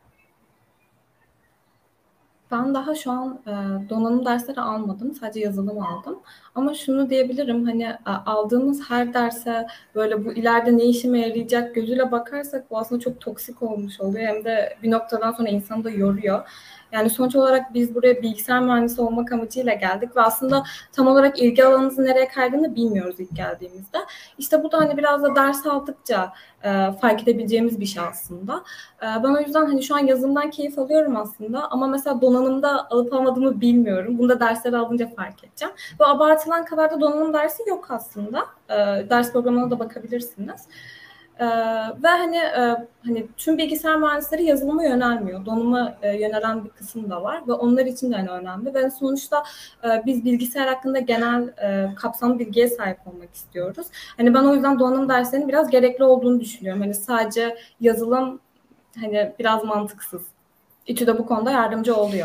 Ben daha şu an e, donanım dersleri almadım. Sadece yazılım aldım. Ama şunu diyebilirim, hani e, aldığımız her derse böyle bu ileride ne işime yarayacak gözüyle bakarsak bu aslında çok toksik olmuş oluyor. Hem de bir noktadan sonra insanı da yoruyor. Yani sonuç olarak biz buraya bilgisayar mühendisi olmak amacıyla geldik ve aslında tam olarak ilgi alanımızın nereye kaydığını bilmiyoruz ilk geldiğimizde. İşte bu da hani biraz da ders aldıkça e, fark edebileceğimiz bir şey aslında. E, ben o yüzden hani şu an yazılımdan keyif alıyorum aslında ama mesela donanımda alıp almadığımı bilmiyorum. Bunu da dersleri alınca fark edeceğim. Ve abartılan kadar da donanım dersi yok aslında. E, ders programına da bakabilirsiniz. Ee, ve hani e, hani tüm bilgisayar mühendisleri yazılıma yönelmiyor. Donanıma e, yönelen bir kısım da var ve onlar için de hani önemli. Ve sonuçta e, biz bilgisayar hakkında genel e, kapsamlı bilgiye sahip olmak istiyoruz. Hani ben o yüzden donanım derslerinin biraz gerekli olduğunu düşünüyorum. Hani sadece yazılım hani biraz mantıksız. İTÜ de bu konuda yardımcı oluyor.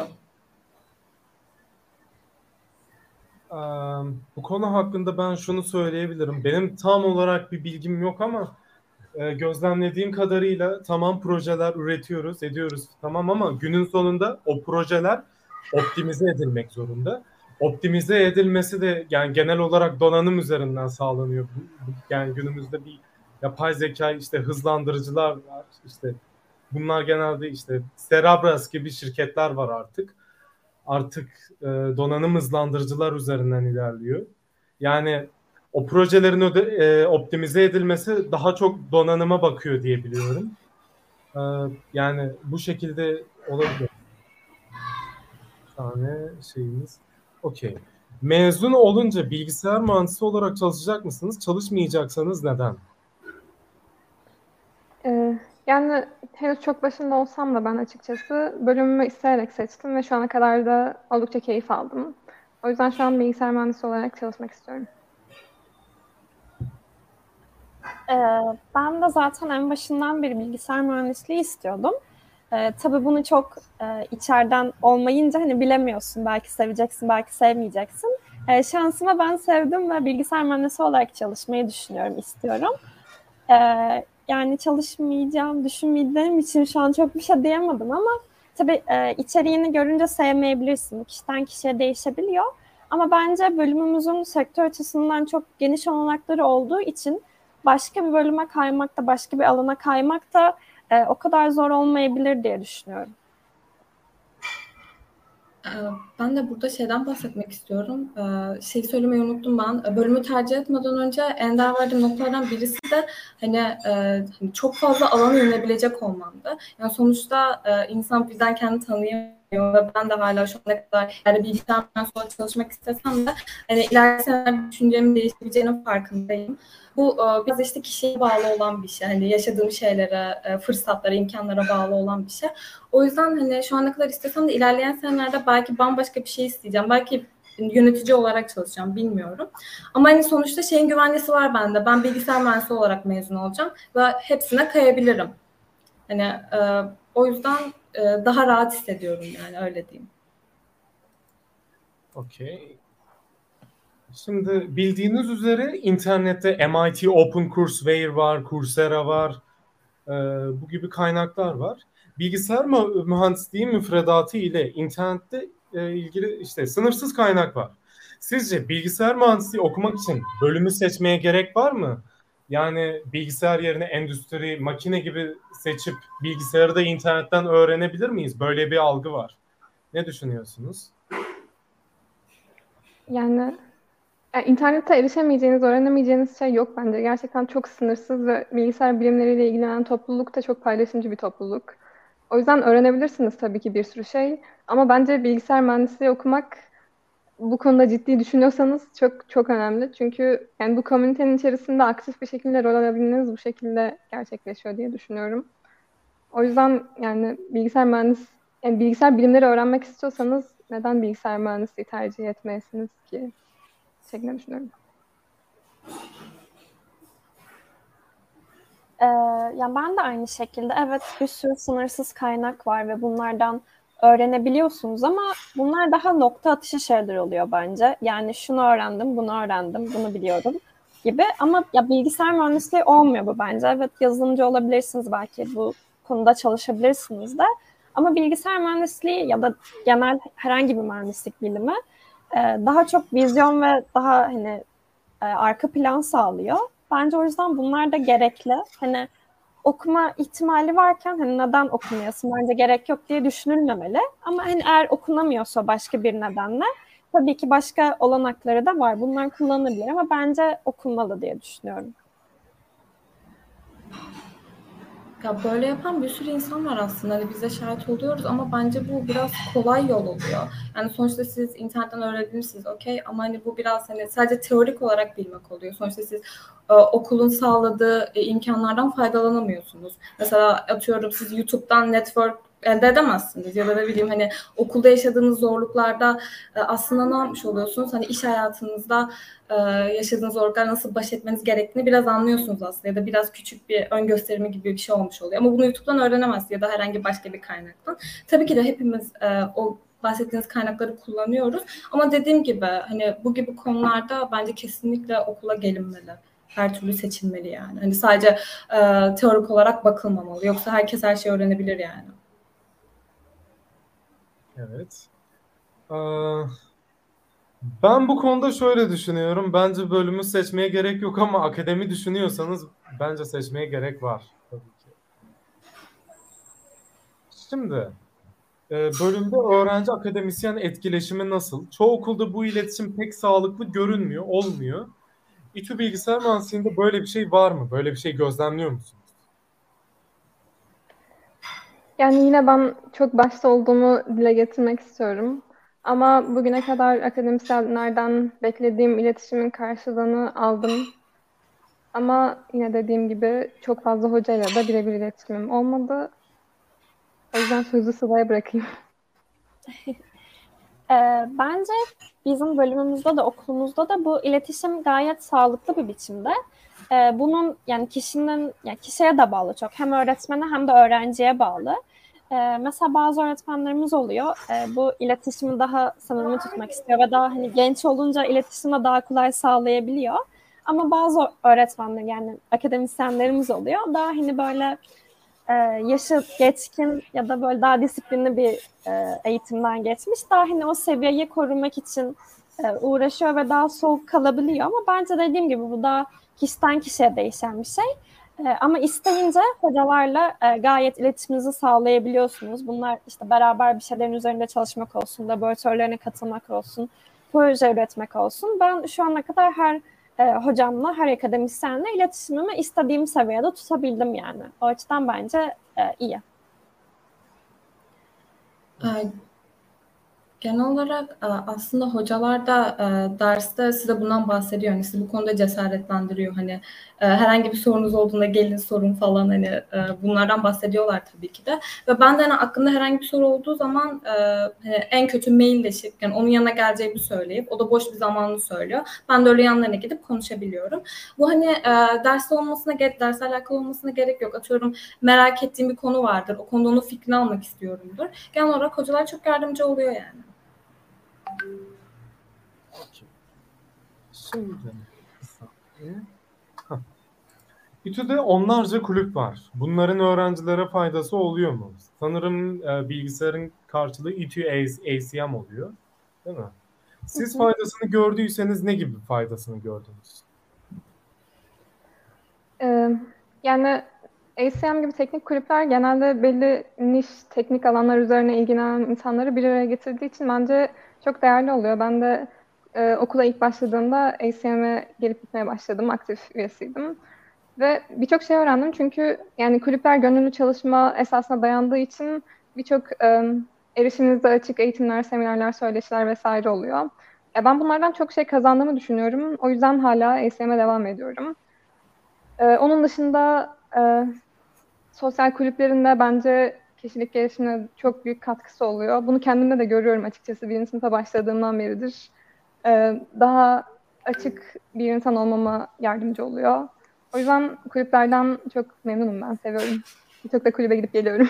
Um, bu konu hakkında ben şunu söyleyebilirim. Benim tam olarak bir bilgim yok ama e, gözlemlediğim kadarıyla tamam projeler üretiyoruz, ediyoruz tamam ama günün sonunda o projeler optimize edilmek zorunda. Optimize edilmesi de yani genel olarak donanım üzerinden sağlanıyor. Yani günümüzde bir yapay zeka işte hızlandırıcılar var. İşte bunlar genelde işte Cerebras gibi şirketler var artık. Artık e, donanım hızlandırıcılar üzerinden ilerliyor. Yani o projelerin öde, e, optimize edilmesi daha çok donanıma bakıyor diye biliyorum. E, yani bu şekilde olabilir. Bir tane şeyimiz. Okey. Mezun olunca bilgisayar mühendisi olarak çalışacak mısınız? Çalışmayacaksanız neden?
Ee, yani henüz çok başında olsam da ben açıkçası bölümümü isteyerek seçtim ve şu ana kadar da oldukça keyif aldım. O yüzden şu an bilgisayar mühendisi olarak çalışmak istiyorum.
Ee, ben de zaten en başından beri bilgisayar mühendisliği istiyordum. Ee, tabii bunu çok e, içeriden olmayınca hani bilemiyorsun. Belki seveceksin, belki sevmeyeceksin. Ee, şansıma ben sevdim ve bilgisayar mühendisi olarak çalışmayı düşünüyorum, istiyorum. Ee, yani çalışmayacağım, düşünmeyeceğim için şu an çok bir şey diyemedim ama tabii e, içeriğini görünce sevmeyebilirsin. Kişiden kişiye değişebiliyor. Ama bence bölümümüzün sektör açısından çok geniş olanakları olduğu için başka bir bölüme kaymak da, başka bir alana kaymak da e, o kadar zor olmayabilir diye düşünüyorum.
Ben de burada şeyden bahsetmek istiyorum. Şey söylemeyi unuttum ben. Bölümü tercih etmeden önce ender verdiğim noktalardan birisi de hani çok fazla alana yönelebilecek olmamdı. Yani sonuçta insan birden kendini tanıyamıyor ve ben de hala şu ana kadar yani bilgisayardan sonra çalışmak istesem de hani ileriki senelerde düşüncemin değişebileceğinin farkındayım. Bu biraz işte kişiye bağlı olan bir şey. Hani yaşadığım şeylere, fırsatlara, imkanlara bağlı olan bir şey. O yüzden hani şu ana kadar istesem de ilerleyen senelerde belki bambaşka bir şey isteyeceğim. Belki yönetici olarak çalışacağım, bilmiyorum. Ama hani sonuçta şeyin güvencesi var bende. Ben bilgisayar mühendisi olarak mezun olacağım ve hepsine kayabilirim. Hani e, o yüzden e, daha rahat hissediyorum yani, öyle diyeyim.
Okey. Şimdi bildiğiniz üzere internette M I T OpenCourseWare var, Coursera var, e, bu gibi kaynaklar var. Bilgisayar mühendisliği müfredatı ile internette e, ilgili işte sınırsız kaynak var. Sizce bilgisayar mühendisliği okumak için bölümü seçmeye gerek var mı? Yani bilgisayar yerine endüstri, makine gibi seçip bilgisayarı da internetten öğrenebilir miyiz? Böyle bir algı var. Ne düşünüyorsunuz?
Yani Yani internette erişemeyeceğiniz, öğrenemeyeceğiniz şey yok bence. Gerçekten çok sınırsız ve bilgisayar bilimleriyle ilgilenen topluluk da çok paylaşımcı bir topluluk. O yüzden öğrenebilirsiniz tabii ki bir sürü şey. Ama bence bilgisayar mühendisliği okumak bu konuda ciddi düşünüyorsanız çok çok önemli. Çünkü yani bu komünitenin içerisinde aktif bir şekilde rol alabilmeniz bu şekilde gerçekleşiyor diye düşünüyorum. O yüzden yani bilgisayar mühendis, yani bilgisayar bilimleri öğrenmek istiyorsanız neden bilgisayar mühendisliği tercih etmeyesiniz ki? Şeklinde düşünüyorum.
Ee, yani ben de aynı şekilde evet bir sürü sınırsız kaynak var ve bunlardan öğrenebiliyorsunuz ama bunlar daha nokta atışı şeyler oluyor bence. Yani şunu öğrendim, bunu öğrendim, bunu biliyorum gibi ama ya bilgisayar mühendisliği olmuyor bu bence. Evet yazılımcı olabilirsiniz belki bu konuda çalışabilirsiniz de ama bilgisayar mühendisliği ya da genel herhangi bir mühendislik bilimi e, daha çok vizyon ve daha hani e, arka plan sağlıyor. Bence o yüzden bunlar da gerekli. Hani okuma ihtimali varken hani neden okumayasın? Bence gerek yok diye düşünülmemeli. Ama hani eğer okunamıyorsa başka bir nedenle tabii ki başka olanakları da var. Bunlar kullanılabilir ama bence okunmalı diye düşünüyorum.
Ya böyle yapan bir sürü insan var aslında. Hani biz de şahit oluyoruz ama bence bu biraz kolay yol oluyor. Yani sonuçta siz internetten öğrenebilirsiniz, okey, ama hani bu biraz hani sadece teorik olarak bilmek oluyor. Sonuçta siz e, okulun sağladığı e, imkanlardan faydalanamıyorsunuz. Mesela atıyorum siz YouTube'dan network elde edemezsiniz ya da ne bileyim hani okulda yaşadığınız zorluklarda e, aslında ne yapmış oluyorsunuz? Hani iş hayatınızda e, yaşadığınız zorluklar nasıl baş etmeniz gerektiğini biraz anlıyorsunuz aslında ya da biraz küçük bir ön gösterimi gibi bir şey olmuş oluyor. Ama bunu YouTube'dan öğrenemezsiniz ya da herhangi başka bir kaynaktan. Tabii ki de hepimiz e, o bahsettiğiniz kaynakları kullanıyoruz. Ama dediğim gibi hani bu gibi konularda bence kesinlikle okula gelinmeli. Her türlü seçilmeli yani. Hani sadece e, teorik olarak bakılmamalı. Yoksa herkes her şeyi öğrenebilir yani.
Evet. Ee, ben bu konuda şöyle düşünüyorum. Bence bölümü seçmeye gerek yok ama akademi düşünüyorsanız bence seçmeye gerek var. Tabii ki. Şimdi e, bölümde öğrenci akademisyen etkileşimi nasıl? Çoğu okulda bu iletişim pek sağlıklı görünmüyor, olmuyor. İTÜ Bilgisayar Mühendisliği'nde böyle bir şey var mı? Böyle bir şey gözlemliyor musunuz?
Yani yine ben çok başta olduğumu dile getirmek istiyorum. Ama bugüne kadar akademisyenlerden beklediğim iletişimin karşılığını aldım. Ama yine dediğim gibi çok fazla hocayla da birebir iletişimim olmadı. O yüzden sözü Sıla'ya bırakayım.
Ee, bence bizim bölümümüzde de okulumuzda da bu iletişim gayet sağlıklı bir biçimde. Ee, bunun yani kişinin yani kişiye de bağlı çok. Hem öğretmene hem de öğrenciye bağlı. Ee, mesela bazı öğretmenlerimiz oluyor. Ee, bu iletişimi daha samimi tutmak istiyor ve daha hani genç olunca iletişimi daha kolay sağlayabiliyor. Ama bazı öğretmenler yani akademisyenlerimiz oluyor. Daha hani böyle e, yaşı geçkin ya da böyle daha disiplinli bir e, eğitimden geçmiş. Daha hani o seviyeyi korumak için e, uğraşıyor ve daha soğuk kalabiliyor. Ama bence dediğim gibi bu daha kişiden kişiye değişen bir şey. E, ama isteyince hocalarla e, gayet iletişiminizi sağlayabiliyorsunuz. Bunlar işte beraber bir şeylerin üzerinde çalışmak olsun, laboratuvarlarına katılmak olsun, proje üretmek olsun. Ben şu ana kadar her e, hocamla, her akademisyenle iletişimimi istediğim seviyede tutabildim yani. O açıdan bence e, iyi.
Ee, Genel olarak e, aslında hocalar da e, derste size bundan bahsediyor. Hani sizi bu konuda cesaretlendiriyor. Hani e, herhangi bir sorunuz olduğunda gelin sorun falan hani e, bunlardan bahsediyorlar tabii ki de. Ve ben de hani aklımda herhangi bir soru olduğu zaman e, hani en kötü mailleşip yani onun yanına geleceğimi söyleyip o da boş bir zamanını söylüyor. Ben de öyle yanlarına gidip konuşabiliyorum. Bu hani e, derste olmasına gerek, dersle alakalı olmasına gerek yok. Atıyorum merak ettiğim bir konu vardır. O konuda onun fikrini almak istiyorumdur. Genel olarak hocalar çok yardımcı oluyor yani.
Şimdi bir saniye. Hah. İTÜ'de onlarca kulüp var. Bunların öğrencilere faydası oluyor mu? Sanırım e, bilgisayarın karşılığı İTÜ A C M oluyor. Değil mi? Siz
Hı hı.
faydasını gördüyseniz ne gibi faydasını gördünüz?
Ee, yani A C M gibi teknik kulüpler genelde belli niş teknik alanlar üzerine ilgilenen insanları bir araya getirdiği için bence çok değerli oluyor. Ben de e, okula ilk başladığımda A C M'e gelip gitmeye başladım, aktif üyesiydim. Ve birçok şey öğrendim çünkü yani kulüpler gönüllü çalışma esasına dayandığı için birçok e, erişiminize açık eğitimler, seminerler, söyleşiler vesaire oluyor. E, ben bunlardan çok şey kazandığımı düşünüyorum. O yüzden hala A C M'e devam ediyorum. Ee, onun dışında e, sosyal kulüplerinde bence kişilik gelişimine çok büyük katkısı oluyor. Bunu kendimde de görüyorum açıkçası. Birinci sınıfa başladığımdan beridir. Ee, daha açık bir insan olmama yardımcı oluyor. O yüzden kulüplerden çok memnunum ben, seviyorum. Birçok da kulübe gidip geliyorum.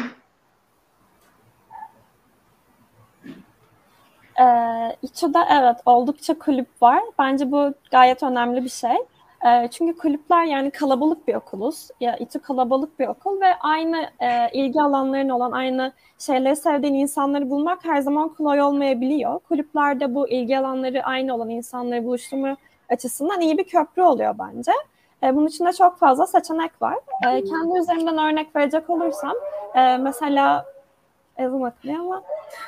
Ee, İTÜ'de evet oldukça kulüp var. Bence bu gayet önemli bir şey. Ee, çünkü kulüpler yani kalabalık bir okuluz. Ya İTÜ kalabalık bir okul ve aynı e, ilgi alanların olan, aynı şeyleri sevdiğin insanları bulmak her zaman kolay olmayabiliyor. Kulüplerde bu ilgi alanları aynı olan insanları buluşturma açısından iyi bir köprü oluyor bence. E, bunun için de çok fazla seçenek var. E, kendi üzerimden örnek verecek olursam, e, mesela ezan okunuyor ama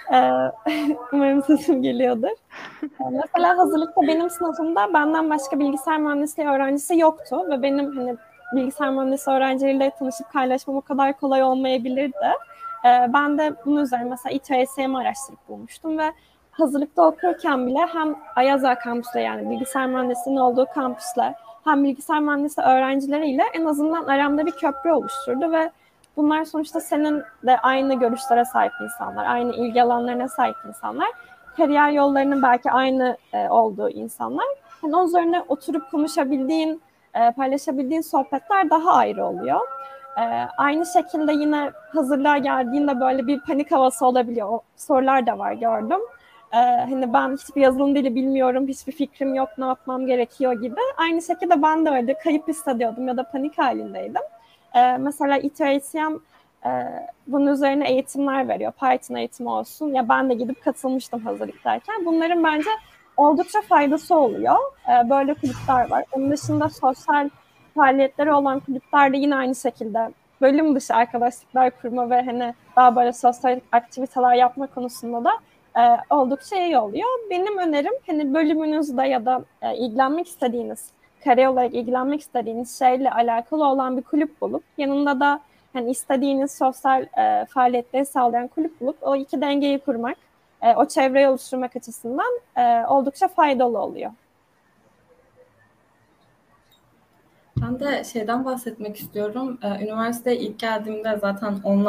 ee, umarım sesim geliyordur. Ee, mesela hazırlıkta benim sınıfımda benden başka bilgisayar mühendisliği öğrencisi yoktu ve benim hani bilgisayar mühendisliği öğrencileriyle tanışıp kaynaşmam o kadar kolay olmayabilirdi. Ee, ben de bunun üzerine mesela İTÜ araştırıp bulmuştum ve hazırlıkta okurken bile hem Ayaza kampüsle yani bilgisayar mühendisliğinin olduğu kampüsle hem bilgisayar mühendisliği öğrencileriyle en azından aramda bir köprü oluşturdu ve bunlar sonuçta senin de aynı görüşlere sahip insanlar, aynı ilgi alanlarına sahip insanlar. Kariyer yollarının belki aynı e, olduğu insanlar. Yani onun üzerine oturup konuşabildiğin, e, paylaşabildiğin sohbetler daha ayrı oluyor. E, aynı şekilde yine hazırlığa geldiğinde böyle bir panik havası olabiliyor. O sorular da var gördüm. E, hani ben hiçbir yazılım dili bilmiyorum, hiçbir fikrim yok, ne yapmam gerekiyor gibi. Aynı şekilde ben de öyle kayıp hissediyordum ya da panik halindeydim. Ee, mesela İTÜ A C M e, bunun üzerine eğitimler veriyor. Python eğitimi olsun. Ya ben de gidip katılmıştım hazırlıktayken. Bunların bence oldukça faydası oluyor. Ee, böyle kulüpler var. Onun dışında sosyal faaliyetleri olan kulüplerde yine aynı şekilde bölüm dışı arkadaşlıklar kurma ve hani daha böyle sosyal aktiviteler yapma konusunda da e, oldukça iyi oluyor. Benim önerim hani bölümünüzde ya da e, ilgilenmek istediğiniz kariyer olarak ilgilenmek istediğiniz şeyle alakalı olan bir kulüp bulup yanında da hani istediğiniz sosyal e, faaliyetleri sağlayan kulüp bulup o iki dengeyi kurmak, e, o çevreyi oluşturmak açısından e, oldukça faydalı oluyor.
Ben de şeyden bahsetmek istiyorum. Ee, üniversiteye ilk geldiğimde zaten online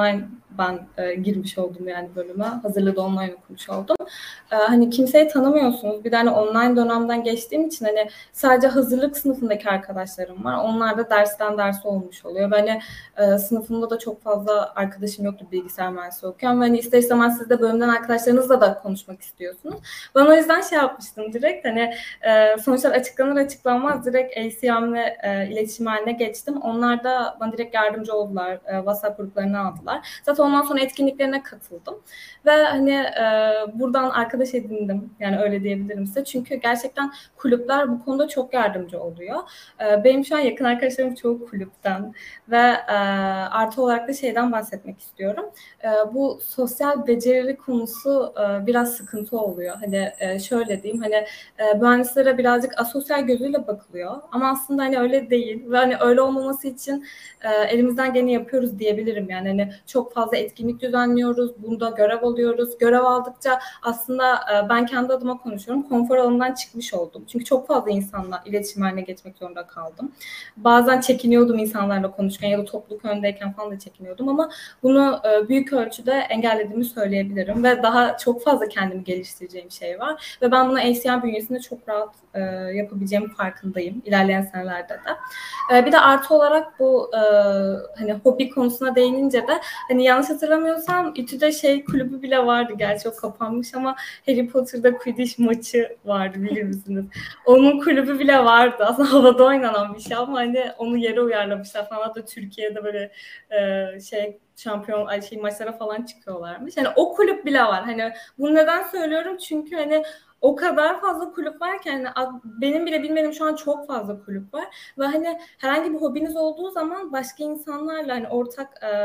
ben e, girmiş oldum yani bölüme. Hazırlığı da online okumuş oldum. E, hani kimseyi tanımıyorsunuz. Bir de hani online dönemden geçtiğim için hani sadece hazırlık sınıfındaki arkadaşlarım var. Onlar da dersten derse olmuş oluyor. Ve hani e, sınıfımda da çok fazla arkadaşım yoktu bilgisayar mühendisliği okuyan. Ve hani ister istemez siz de bölümden arkadaşlarınızla da konuşmak istiyorsunuz. Ben o yüzden şey yapmıştım direkt hani e, sonuçlar açıklanır açıklanmaz direkt A C M'le e, iletişim haline geçtim. Onlar da bana direkt yardımcı oldular. E, WhatsApp gruplarına aldılar. Zaten ondan sonra etkinliklerine katıldım. Ve hani e, buradan arkadaş edindim. Yani öyle diyebilirim size. Çünkü gerçekten kulüpler bu konuda çok yardımcı oluyor. E, benim şu an yakın arkadaşlarım çoğu kulüpten ve e, artı olarak da şeyden bahsetmek istiyorum. E, bu sosyal beceri konusu e, biraz sıkıntı oluyor. Hani e, şöyle diyeyim hani e, mühendislere birazcık asosyal gözüyle bakılıyor. Ama aslında hani öyle değil. Ve hani öyle olmaması için e, elimizden geleni yapıyoruz diyebilirim. Yani hani çok fazla etkinlik düzenliyoruz. Bunda görev alıyoruz. Görev aldıkça aslında e, ben kendi adıma konuşuyorum. Konfor alanından çıkmış oldum. Çünkü çok fazla insanla iletişim haline geçmek zorunda kaldım. Bazen çekiniyordum insanlarla konuşurken ya da topluluk önündeyken falan da çekiniyordum ama bunu e, büyük ölçüde engellediğimi söyleyebilirim ve daha çok fazla kendimi geliştireceğim şey var ve ben bunu A C M bünyesinde çok rahat e, yapabileceğim farkındayım ilerleyen senelerde de. E, bir de artı olarak bu e, hani hobi konusuna değinince de hani yanlış hatırlamıyorsam İTÜ'de şey kulübü bile vardı, gerçi o kapanmış ama Harry Potter'da Quidditch maçı vardı, bilir misiniz? Onun kulübü bile vardı. Aslında havada oynanan bir şey ama hani onu yere uyarlamışlar falan. Hatta Türkiye'de böyle e, şey şampiyon ay şey maçlara falan çıkıyorlarmış. Hani o kulüp bile var. Hani bunu neden söylüyorum? Çünkü hani o kadar fazla kulüp var ki hani benim bile bilmediğim şu an çok fazla kulüp var ve hani herhangi bir hobiniz olduğu zaman başka insanlarla hani ortak e,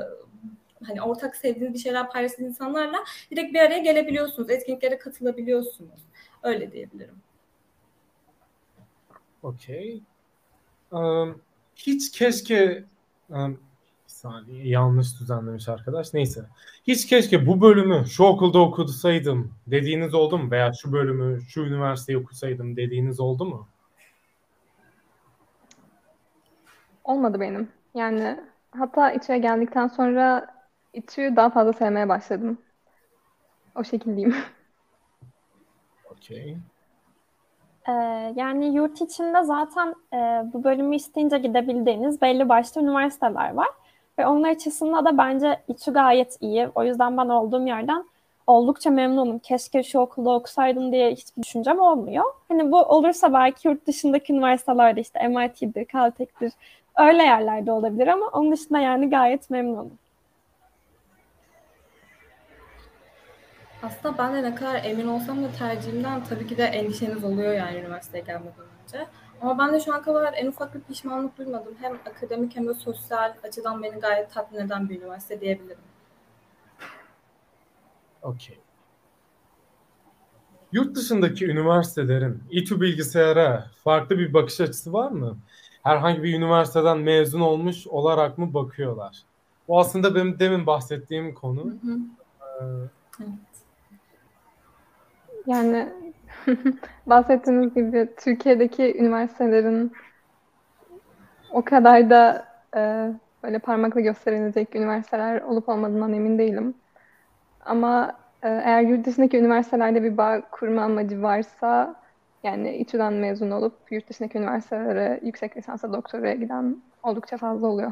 hani ortak sevdiğiniz bir şeyler paylaştığınız insanlarla direkt bir araya gelebiliyorsunuz. Etkinliklere katılabiliyorsunuz. Öyle diyebilirim.
Okey. Um, hiç keşke um, bir saniye yanlış düzenlemiş arkadaş. Neyse. Hiç keşke bu bölümü şu okulda okusaydım dediğiniz oldu mu? Veya şu bölümü şu üniversiteyi okusaydım dediğiniz oldu mu?
Olmadı benim. Yani hatta İTÜ'ye geldikten sonra İTÜ'yü daha fazla sevmeye başladım. O şekildeyim.
Okey.
Ee, yani yurt içinde zaten e, bu bölümü isteyince gidebildiğiniz belli başlı üniversiteler var. Ve onlar açısından da bence İTÜ gayet iyi. O yüzden ben olduğum yerden oldukça memnunum. Keşke şu okulda okusaydım diye hiçbir düşüncem olmuyor. Hani bu olursa belki yurt dışındaki üniversitelerde işte M I T'dir, Caltech'tir öyle yerlerde olabilir ama onun dışında yani gayet memnunum.
Aslında ben de ne kadar emin olsam da tercihimden tabii ki de endişeniz oluyor yani üniversiteye gelmeden önce. Ama ben de şu an kadar en ufak bir pişmanlık duymadım. Hem akademik hem de sosyal açıdan beni gayet tatmin eden bir üniversite diyebilirim.
Okey. Yurt dışındaki üniversitelerin İTÜ bilgisayara farklı bir bakış açısı var mı? Herhangi bir üniversiteden mezun olmuş olarak mı bakıyorlar? Bu aslında benim demin bahsettiğim konu.
Hı hı.
Ee,
Evet.
Yani bahsettiğiniz gibi Türkiye'deki üniversitelerin o kadar da e, böyle parmakla gösterilecek üniversiteler olup olmadığından emin değilim. Ama e, eğer yurt dışındaki üniversitelerde bir bağ kurma amacı varsa yani İTÜ'den mezun olup yurt dışındaki üniversitelere yüksek lisansa doktoraya giden oldukça fazla oluyor.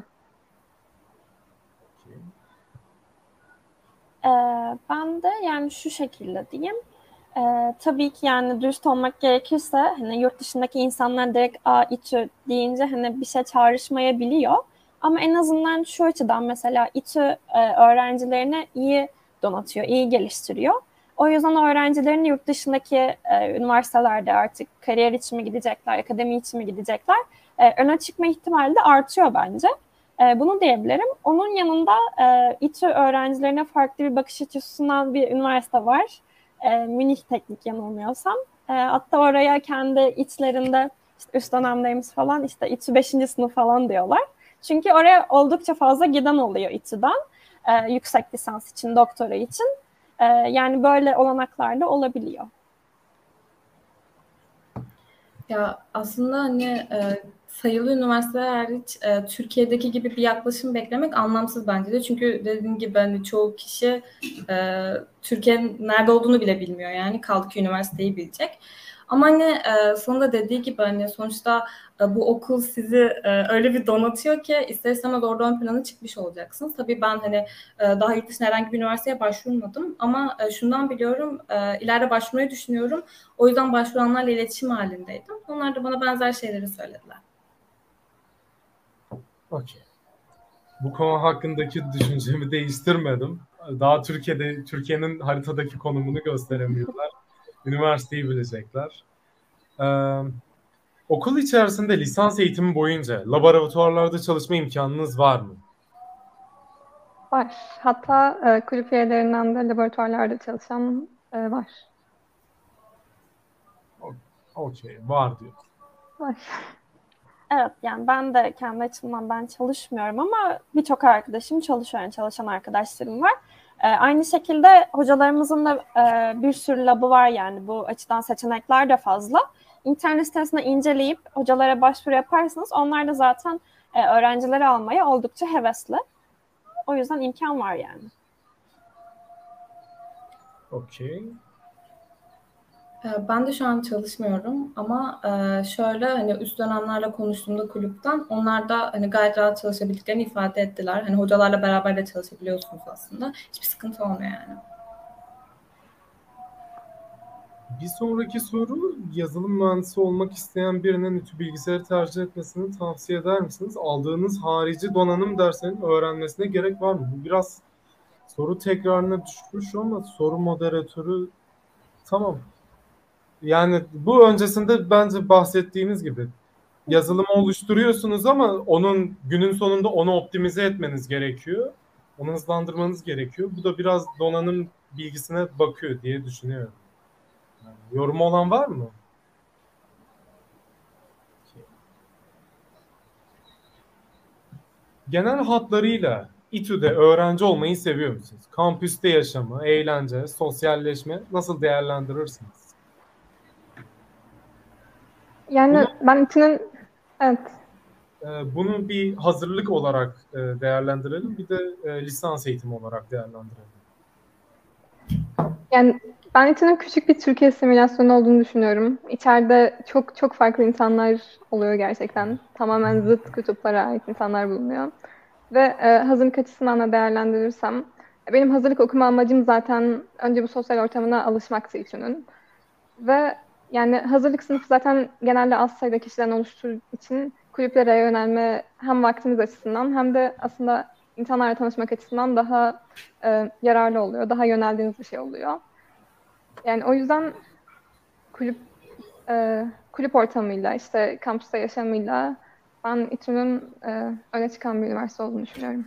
Ee, ben de yani şu şekilde diyeyim. Ee, tabii ki yani dürüst olmak gerekirse hani yurt dışındaki insanlar direkt a İTÜ deyince hani bir şey çağrışmayabiliyor. Ama en azından şu açıdan mesela İTÜ e, öğrencilerini iyi donatıyor, iyi geliştiriyor. O yüzden öğrencilerin yurt dışındaki e, üniversitelerde artık kariyer için mi gidecekler, akademi için mi gidecekler e, öne çıkma ihtimali de artıyor bence. E, bunu diyebilirim. Onun yanında e, İTÜ öğrencilerine farklı bir bakış açısı sunan bir üniversite var. E, Münih Teknik yanılmıyorsam. E, hatta oraya kendi içlerinde işte üst dönemlerimiz falan işte İTÜ beşinci sınıf falan diyorlar. Çünkü oraya oldukça fazla giden oluyor İTÜ'den. E, yüksek lisans için, doktora için. E, yani böyle olanaklar da olabiliyor.
Ya aslında hani e, sayılı üniversiteler hariç e, Türkiye'deki gibi bir yaklaşım beklemek anlamsız bence de. Çünkü dediğim gibi hani çoğu kişi e, Türkiye'nin nerede olduğunu bile bilmiyor yani. Kaldı ki üniversiteyi bilecek. Ama hani e, sonunda dediği gibi hani sonuçta e, bu okul sizi e, öyle bir donatıyor ki ister istemez orada ön plana çıkmış olacaksınız. Tabii ben hani e, daha yurt dışında herhangi bir üniversiteye başvurmadım ama e, şundan biliyorum e, ileride başvurmayı düşünüyorum. O yüzden başvuranlarla iletişim halindeydim. Onlar da bana benzer şeyleri söylediler.
Okey. Bu konu hakkındaki düşüncemi değiştirmedim. Daha Türkiye'de Türkiye'nin haritadaki konumunu gösteremiyorlar. Üniversiteyi bilecekler. Ee, okul içerisinde lisans eğitimi boyunca laboratuvarlarda çalışma imkanınız var mı?
Var. Hatta e, kulüp üyelerinden de laboratuvarlarda çalışan e, var.
Okey, var diyor.
Var.
Evet, yani ben de kendi açımdan ben çalışmıyorum ama birçok arkadaşım çalışıyor, yani çalışan arkadaşlarım var. Ee, aynı şekilde hocalarımızın da e, bir sürü labı var, yani bu açıdan seçenekler de fazla. İnternet sitesine inceleyip hocalara başvuru yaparsanız onlar da zaten e, öğrencileri almaya oldukça hevesli. O yüzden imkan var yani.
Okey.
Ben de şu an çalışmıyorum ama şöyle hani üst dönemlerle konuştuğumda kulüpten onlar da hani gayet rahat çalışabildiklerini ifade ettiler. Hani hocalarla beraber de çalışabiliyorsunuz aslında. Hiçbir sıkıntı olmuyor yani.
Bir sonraki soru, yazılım mühendisi olmak isteyen birinin İTÜ bilgisayarı tercih etmesini tavsiye eder misiniz? Aldığınız harici donanım derslerinin öğrenmesine gerek var mı? Bu biraz soru tekrarına düşmüş ama soru moderatörü tamam. Yani bu öncesinde bence bahsettiğimiz gibi yazılımı oluşturuyorsunuz ama onun günün sonunda onu optimize etmeniz gerekiyor. Onu hızlandırmanız gerekiyor. Bu da biraz donanım bilgisine bakıyor diye düşünüyorum. Yani yorumu olan var mı? Genel hatlarıyla İTÜ'de öğrenci olmayı seviyor musunuz? Kampüste yaşamı, eğlence, sosyalleşme nasıl değerlendirirsiniz?
Yani
Bunu,
ben İTÜ'nün evet.
e, bunu bir hazırlık olarak e, değerlendirelim, bir de e, lisans eğitimi olarak değerlendirelim.
Yani ben İTÜ'nün küçük bir Türkiye simülasyonu olduğunu düşünüyorum. İçeride çok çok farklı insanlar oluyor gerçekten. Tamamen zıt kutuplara ait insanlar bulunuyor. Ve e, hazırlık açısından da değerlendirirsem, benim hazırlık okuma amacım zaten önce bu sosyal ortamına alışmaktı İTÜ'nün. Ve yani hazırlık sınıfı zaten genelde az sayıda kişiden oluştuğu için kulüplere yönelme hem vaktimiz açısından hem de aslında insanlarla tanışmak açısından daha e, yararlı oluyor. Daha yöneldiğiniz bir şey oluyor. Yani o yüzden kulüp e, kulüp ortamıyla, işte kampüste yaşamıyla ben İTÜ'nün e, öne çıkan bir üniversite olduğunu düşünüyorum.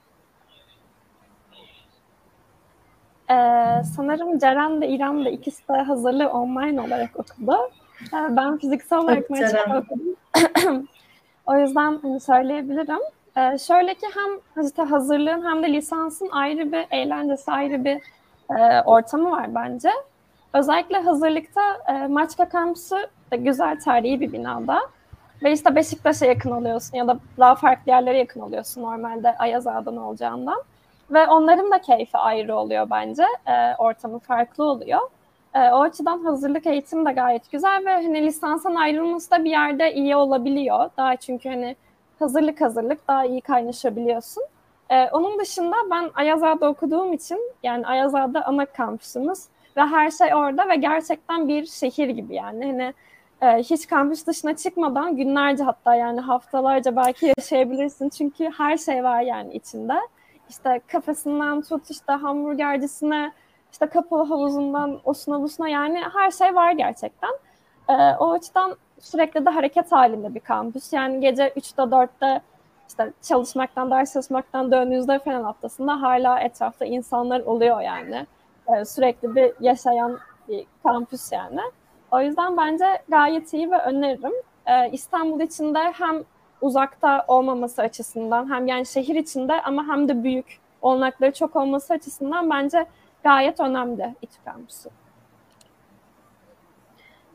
Ee, sanırım Ceren de İrem de ikisi de hazırlığı online olarak okudu. Ee, ben fiziksel olarak Maçka'da okudum. O yüzden hani söyleyebilirim. Ee, şöyle ki hem işte hazırlığın hem de lisansın ayrı bir eğlencesi, ayrı bir e, ortamı var bence. Özellikle hazırlıkta e, Maçka kampüsü de güzel, tarihi bir binada. Ve işte Beşiktaş'a yakın oluyorsun ya da daha farklı yerlere yakın oluyorsun normalde Ayaz Ağa'dan olacağından. Ve onların da keyfi ayrı oluyor bence. E, ortamı farklı oluyor. E, o açıdan hazırlık eğitimi de gayet güzel ve hani lisanstan ayrılması da bir yerde iyi olabiliyor. Daha çünkü hani hazırlık hazırlık daha iyi kaynaşabiliyorsun. E, onun dışında ben Ayaz Ağa'da okuduğum için, yani Ayaz Ağa'da ana kampüsümüz ve her şey orada ve gerçekten bir şehir gibi yani. Hani e, hiç kampüs dışına çıkmadan günlerce, hatta yani haftalarca belki yaşayabilirsin. Çünkü her şey var yani içinde. İşte kafesinden tut, işte hamburgercisine, işte kapalı havuzundan osuna busuna, yani her şey var gerçekten. Ee, o açıdan sürekli de hareket halinde bir kampüs. Yani gece üçte dörtte işte çalışmaktan, ders çalışmaktan döndüğünüzde falan haftasında hala etrafta insanlar oluyor yani. Ee, sürekli bir yaşayan bir kampüs yani. O yüzden bence gayet iyi ve öneririm. Ee, İstanbul içinde hem uzakta olmaması açısından, hem yani şehir içinde ama hem de büyük olanakları çok olması açısından bence gayet önemli İTÜ kampüsü.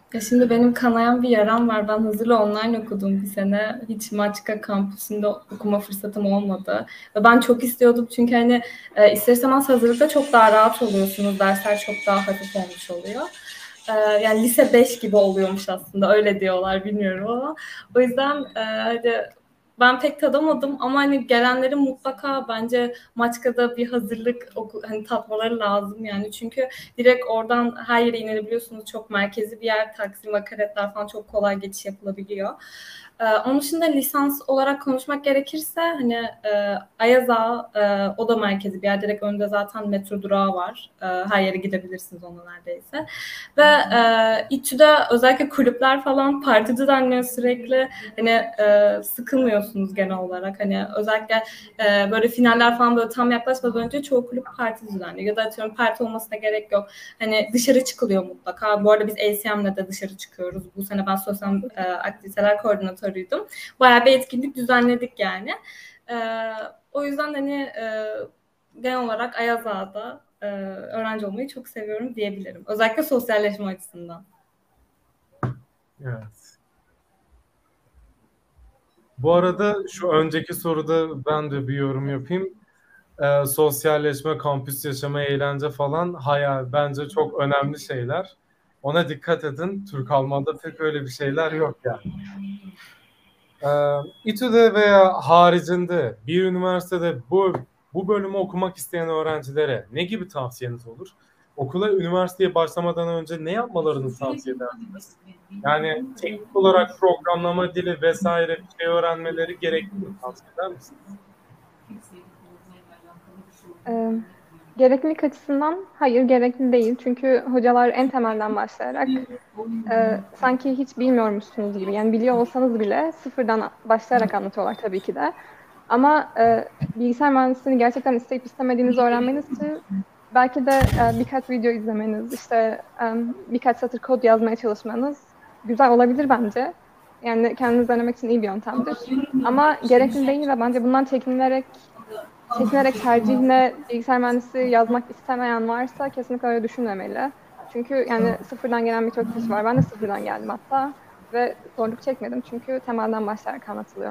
Ya şimdi benim kanayan bir yaram var. Ben hazırla online okudum bir sene. Hiç Maçka kampüsünde okuma fırsatım olmadı. Ve ben çok istiyordum çünkü hani e, ister istemez hazırlıkta çok daha rahat oluyorsunuz. Dersler çok daha hafif olmuş oluyor. E, yani lise beş gibi oluyormuş aslında. Öyle diyorlar bilmiyorum ama. O yüzden e, hadi ben pek tadamadım ama hani gelenlerin mutlaka bence Maçka'da bir hazırlık oku, hani tatmaları lazım yani. Çünkü direkt oradan her yere inebiliyorsunuz. Çok merkezi bir yer. Taksim, akaretler falan çok kolay geçiş yapılabiliyor. Ee, onun dışında lisans olarak konuşmak gerekirse hani e, Ayaz Ağa e, o da merkezi bir yer. Direkt önünde zaten metro durağı var. E, her yere gidebilirsiniz ona neredeyse. Ve e, İTÜ'de özellikle kulüpler falan parti düzenliyor sürekli. Hani e, sıkılmıyorsunuz genel olarak. Hani özellikle e, böyle finaller falan böyle tam yaklaşmadan önce çoğu kulüp parti düzenliyor. Ya da atıyorum parti olmasına gerek yok. Hani dışarı çıkılıyor mutlaka. Bu arada biz A C M'le de dışarı çıkıyoruz. Bu sene ben sosyal e, aktiviteler koordinatörüydüm. Bayağı bir etkinlik düzenledik yani. E, o yüzden hani e, genel olarak Ayaz Ağa'da e, öğrenci olmayı çok seviyorum diyebilirim. Özellikle sosyalleşme açısından.
Evet. Bu arada şu önceki soruda ben de bir yorum yapayım. Ee, sosyalleşme, kampüs yaşamı, eğlence falan hayal bence çok önemli şeyler. Ona dikkat edin. Türk Alman'da pek öyle bir şeyler yok yani. Ee, İTÜ'de veya haricinde bir üniversitede bu bu bölümü okumak isteyen öğrencilere ne gibi tavsiyeniz olur? Okula, üniversiteye başlamadan önce ne yapmalarını tavsiye edersiniz? Yani teknik olarak programlama dili vesaire bir şey öğrenmeleri gerekli mi, tavsiye eder misiniz?
Ee, gereklilik açısından hayır, gerekli değil. Çünkü hocalar en temelden başlayarak e, sanki hiç bilmiyormuşsunuz gibi, yani biliyor olsanız bile sıfırdan başlayarak anlatıyorlar tabii ki de. Ama e, bilgisayar mühendisliğini gerçekten isteyip istemediğinizi öğrenmeniz için belki de e, birkaç video izlemeniz, işte e, birkaç satır kod yazmaya çalışmanız güzel olabilir bence. Yani kendiniz denemek için iyi bir yöntemdir. Ama gerekli değil ve bence bundan çekinilerek çekinerek tercihine bilgisayar mühendisliği yazmak istemeyen varsa kesinlikle öyle düşünmemeli. Çünkü yani sıfırdan gelen birçok kişi var. Ben de sıfırdan geldim hatta ve zorluk çekmedim çünkü temelden başlayarak anlatılıyor.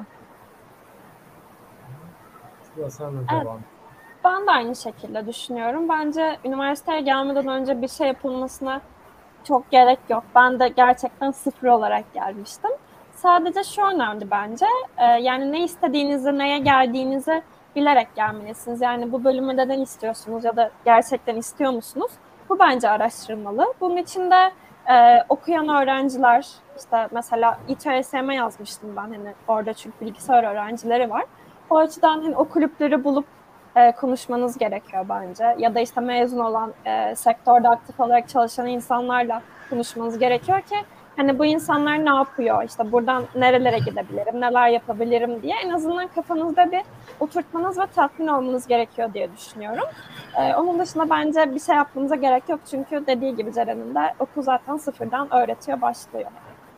Sen de
Evet,
devam.
ben de aynı şekilde düşünüyorum. Bence üniversiteye gelmeden önce bir şey yapılmasına çok gerek yok. Ben de gerçekten sıfır olarak gelmiştim. Sadece şu önemli bence. E, yani ne istediğinizi, neye geldiğinizi bilerek gelmelisiniz. Yani bu bölümü neden istiyorsunuz ya da gerçekten istiyor musunuz? Bu bence araştırılmalı. Bunun için de e, okuyan öğrenciler, işte mesela İTÖSM yazmıştım ben, hani orada çünkü bilgisayar öğrencileri var. O açıdan hani o kulüpleri bulup e, konuşmanız gerekiyor bence. Ya da işte mezun olan, e, sektörde aktif olarak çalışan insanlarla konuşmanız gerekiyor ki hani bu insanlar ne yapıyor, işte buradan nerelere gidebilirim, neler yapabilirim diye en azından kafanızda bir oturtmanız ve tatmin olmanız gerekiyor diye düşünüyorum. E, onun dışında bence bir şey yapmanıza gerek yok çünkü dediği gibi Ceren'in de okul zaten sıfırdan öğretiyor, başlıyor.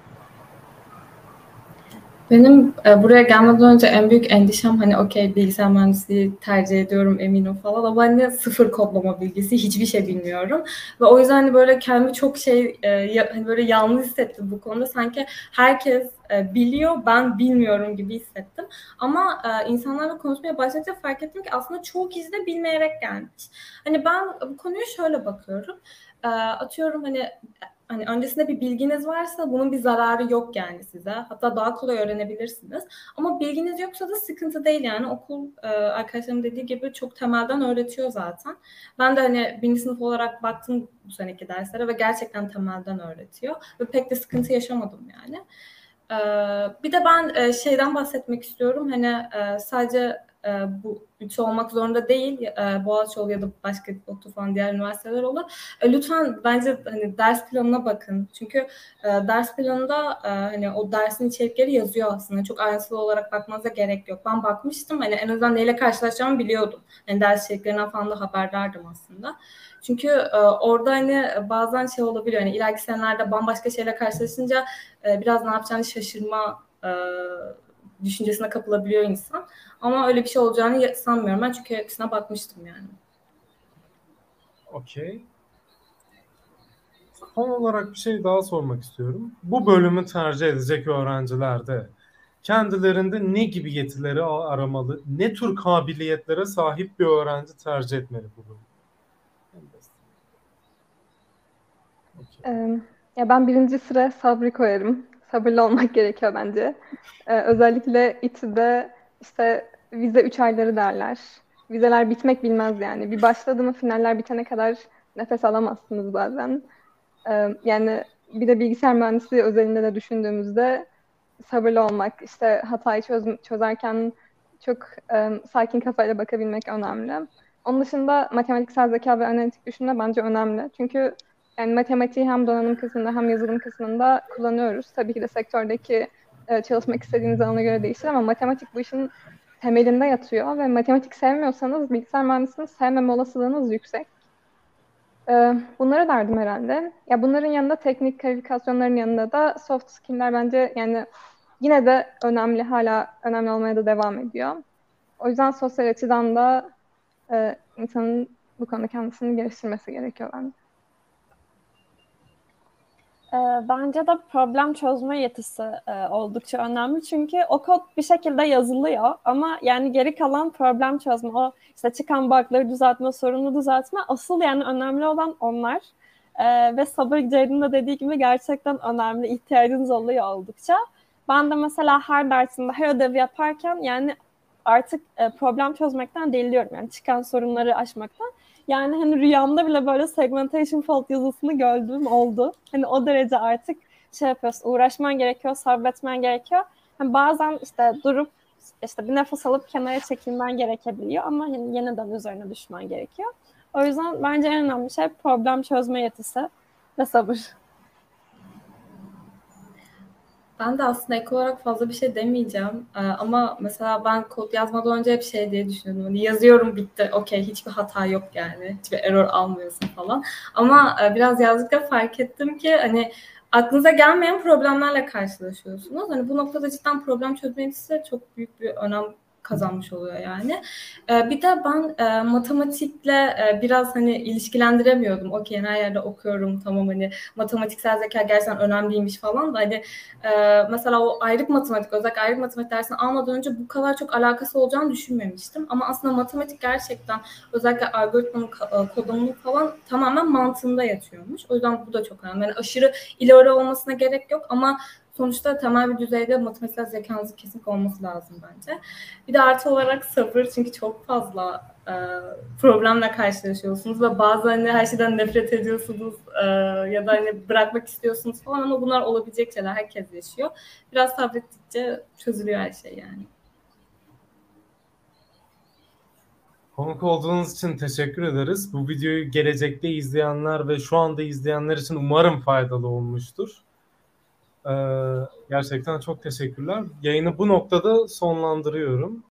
Benim e, buraya gelmeden önce en büyük endişem hani okey bilgisayar mühendisliği tercih ediyorum eminim falan ama hani sıfır kodlama bilgisi, hiçbir şey bilmiyorum. Ve o yüzden hani böyle kendimi çok şey e, ya, hani böyle yalnız hissettim bu konuda. Sanki herkes e, biliyor, ben bilmiyorum gibi hissettim. Ama e, insanlarla konuşmaya başladıkça fark ettim ki aslında çoğu kişi de bilmeyerek gelmiş. Hani ben bu konuya şöyle bakıyorum. E, atıyorum hani Hani öncesinde bir bilginiz varsa bunun bir zararı yok yani size. Hatta daha kolay öğrenebilirsiniz. Ama bilginiz yoksa da sıkıntı değil yani. Okul e, arkadaşlarım dediği gibi çok temelden öğretiyor zaten. Ben de hani birinci sınıf olarak baktım bu seneki derslere ve gerçekten temelden öğretiyor. Ve pek de sıkıntı yaşamadım yani. E, bir de ben e, şeyden bahsetmek istiyorum. Hani e, sadece e, bu üç olmak zorunda değil. E, Boğaziçi olur ya da başka ODTÜ falan diğer üniversiteler olur. E, lütfen bence hani ders planına bakın. Çünkü e, ders planında e, hani o dersin içerikleri yazıyor aslında. Çok ayrıntılı olarak bakmanıza gerek yok. Ben bakmıştım. Hani en azından neyle karşılaşacağımı biliyordum. Hani ders içeriklerinden falan da haberdardım aslında. Çünkü e, orada hani bazen şey olabiliyor. Hani ileriki senelerde bambaşka şeyle karşılaşınca e, biraz ne yapacağını şaşırma e, düşüncesine kapılabiliyor insan. Ama öyle bir şey olacağını sanmıyorum ben çünkü hepsine bakmıştım yani.
Okey. Son olarak bir şey daha sormak istiyorum. Bu bölümü tercih edecek öğrencilerde kendilerinde ne gibi yetileri aramalı, ne tür kabiliyetlere sahip bir öğrenci tercih etmeli bu bölümü? Okay.
Ee, ya ben birinci sıra sabrı koyarım. Sabırlı olmak gerekiyor bence. Ee, özellikle İTÜ'de işte vize üç ayları derler. Vizeler bitmek bilmez yani. Bir başladı mı finaller bitene kadar nefes alamazsınız bazen. Ee, yani bir de bilgisayar mühendisliği özelinde de düşündüğümüzde sabırlı olmak, işte hatayı çöz, çözerken çok e, sakin kafayla bakabilmek önemli. Onun dışında matematiksel zeka ve analitik düşünme bence önemli. Çünkü yani matematiği hem donanım kısmında hem yazılım kısmında kullanıyoruz. Tabii ki de sektördeki e, çalışmak istediğiniz alana göre değişir ama matematik bu işin temelinde yatıyor ve matematik sevmiyorsanız bilgisayar mühendisliğini sevmeme olasılığınız yüksek. E, bunları derdim herhalde. Ya bunların yanında teknik kalifikasyonların yanında da soft skill'ler bence yani yine de önemli, hala önemli olmaya da devam ediyor. O yüzden sosyal açıdan da e, insanın bu konuda kendisini geliştirmesi gerekiyor bence.
E, bence de problem çözme yetisi e, oldukça önemli. Çünkü o kod bir şekilde yazılıyor ama yani geri kalan problem çözme, o işte çıkan bug'ları düzeltme, sorunu düzeltme, asıl yani önemli olan onlar. E, ve sabır, Ceydin de dediği gibi gerçekten önemli, ihtiyacınız oluyor oldukça. Ben de mesela her dersimde, her ödevi yaparken yani artık e, problem çözmekten deliriyorum. Yani çıkan sorunları aşmaktan. Yani hani rüyamda bile böyle segmentation fault yazısını gördüğüm oldu. Hani o derece artık şey yapıyorsun, uğraşman gerekiyor, sabretmen gerekiyor. Hani bazen işte durup işte bir nefes alıp kenara çekilmen gerekebiliyor ama yani yeniden üzerine düşman gerekiyor. O yüzden bence en önemli şey problem çözme yetisi ve sabır.
Ben de aslında ek olarak fazla bir şey demeyeceğim. Ee, ama mesela ben kod yazmadan önce hep şey diye düşünüyordum. Hani yazıyorum bitti. Okey, hiçbir hata yok yani. Hiçbir error almıyorsun falan. Ama e, biraz yazdıkça fark ettim ki hani aklınıza gelmeyen problemlerle karşılaşıyorsunuz. Hani bu noktada cidden problem çözmesi çok büyük bir önem kazanmış oluyor yani. Ee, bir de ben e, matematikle e, biraz hani ilişkilendiremiyordum. Okey, her yerde okuyorum, tamam, hani matematiksel zeka gerçekten önemliymiş falan da hani e, mesela o ayrık matematik, özellikle ayrık matematik dersini almadan önce bu kadar çok alakası olacağını düşünmemiştim. Ama aslında matematik gerçekten özellikle algoritmanın kodlamanın falan tamamen mantığında yatıyormuş. O yüzden bu da çok önemli. Yani aşırı ileri olmasına gerek yok ama sonuçta temel bir düzeyde matematiksel zekanızın kesinlikle olması lazım bence. Bir de artı olarak sabır, çünkü çok fazla e, problemle karşılaşıyorsunuz ve bazen hani her şeyden nefret ediyorsunuz e, ya da hani bırakmak istiyorsunuz falan ama bunlar olabilecek şeyler, herkes yaşıyor. Biraz sabrettikçe çözülüyor her şey yani.
Konuk olduğunuz için teşekkür ederiz. Bu videoyu gelecekte izleyenler ve şu anda izleyenler için umarım faydalı olmuştur. Ee, gerçekten çok teşekkürler. Yayını bu noktada sonlandırıyorum.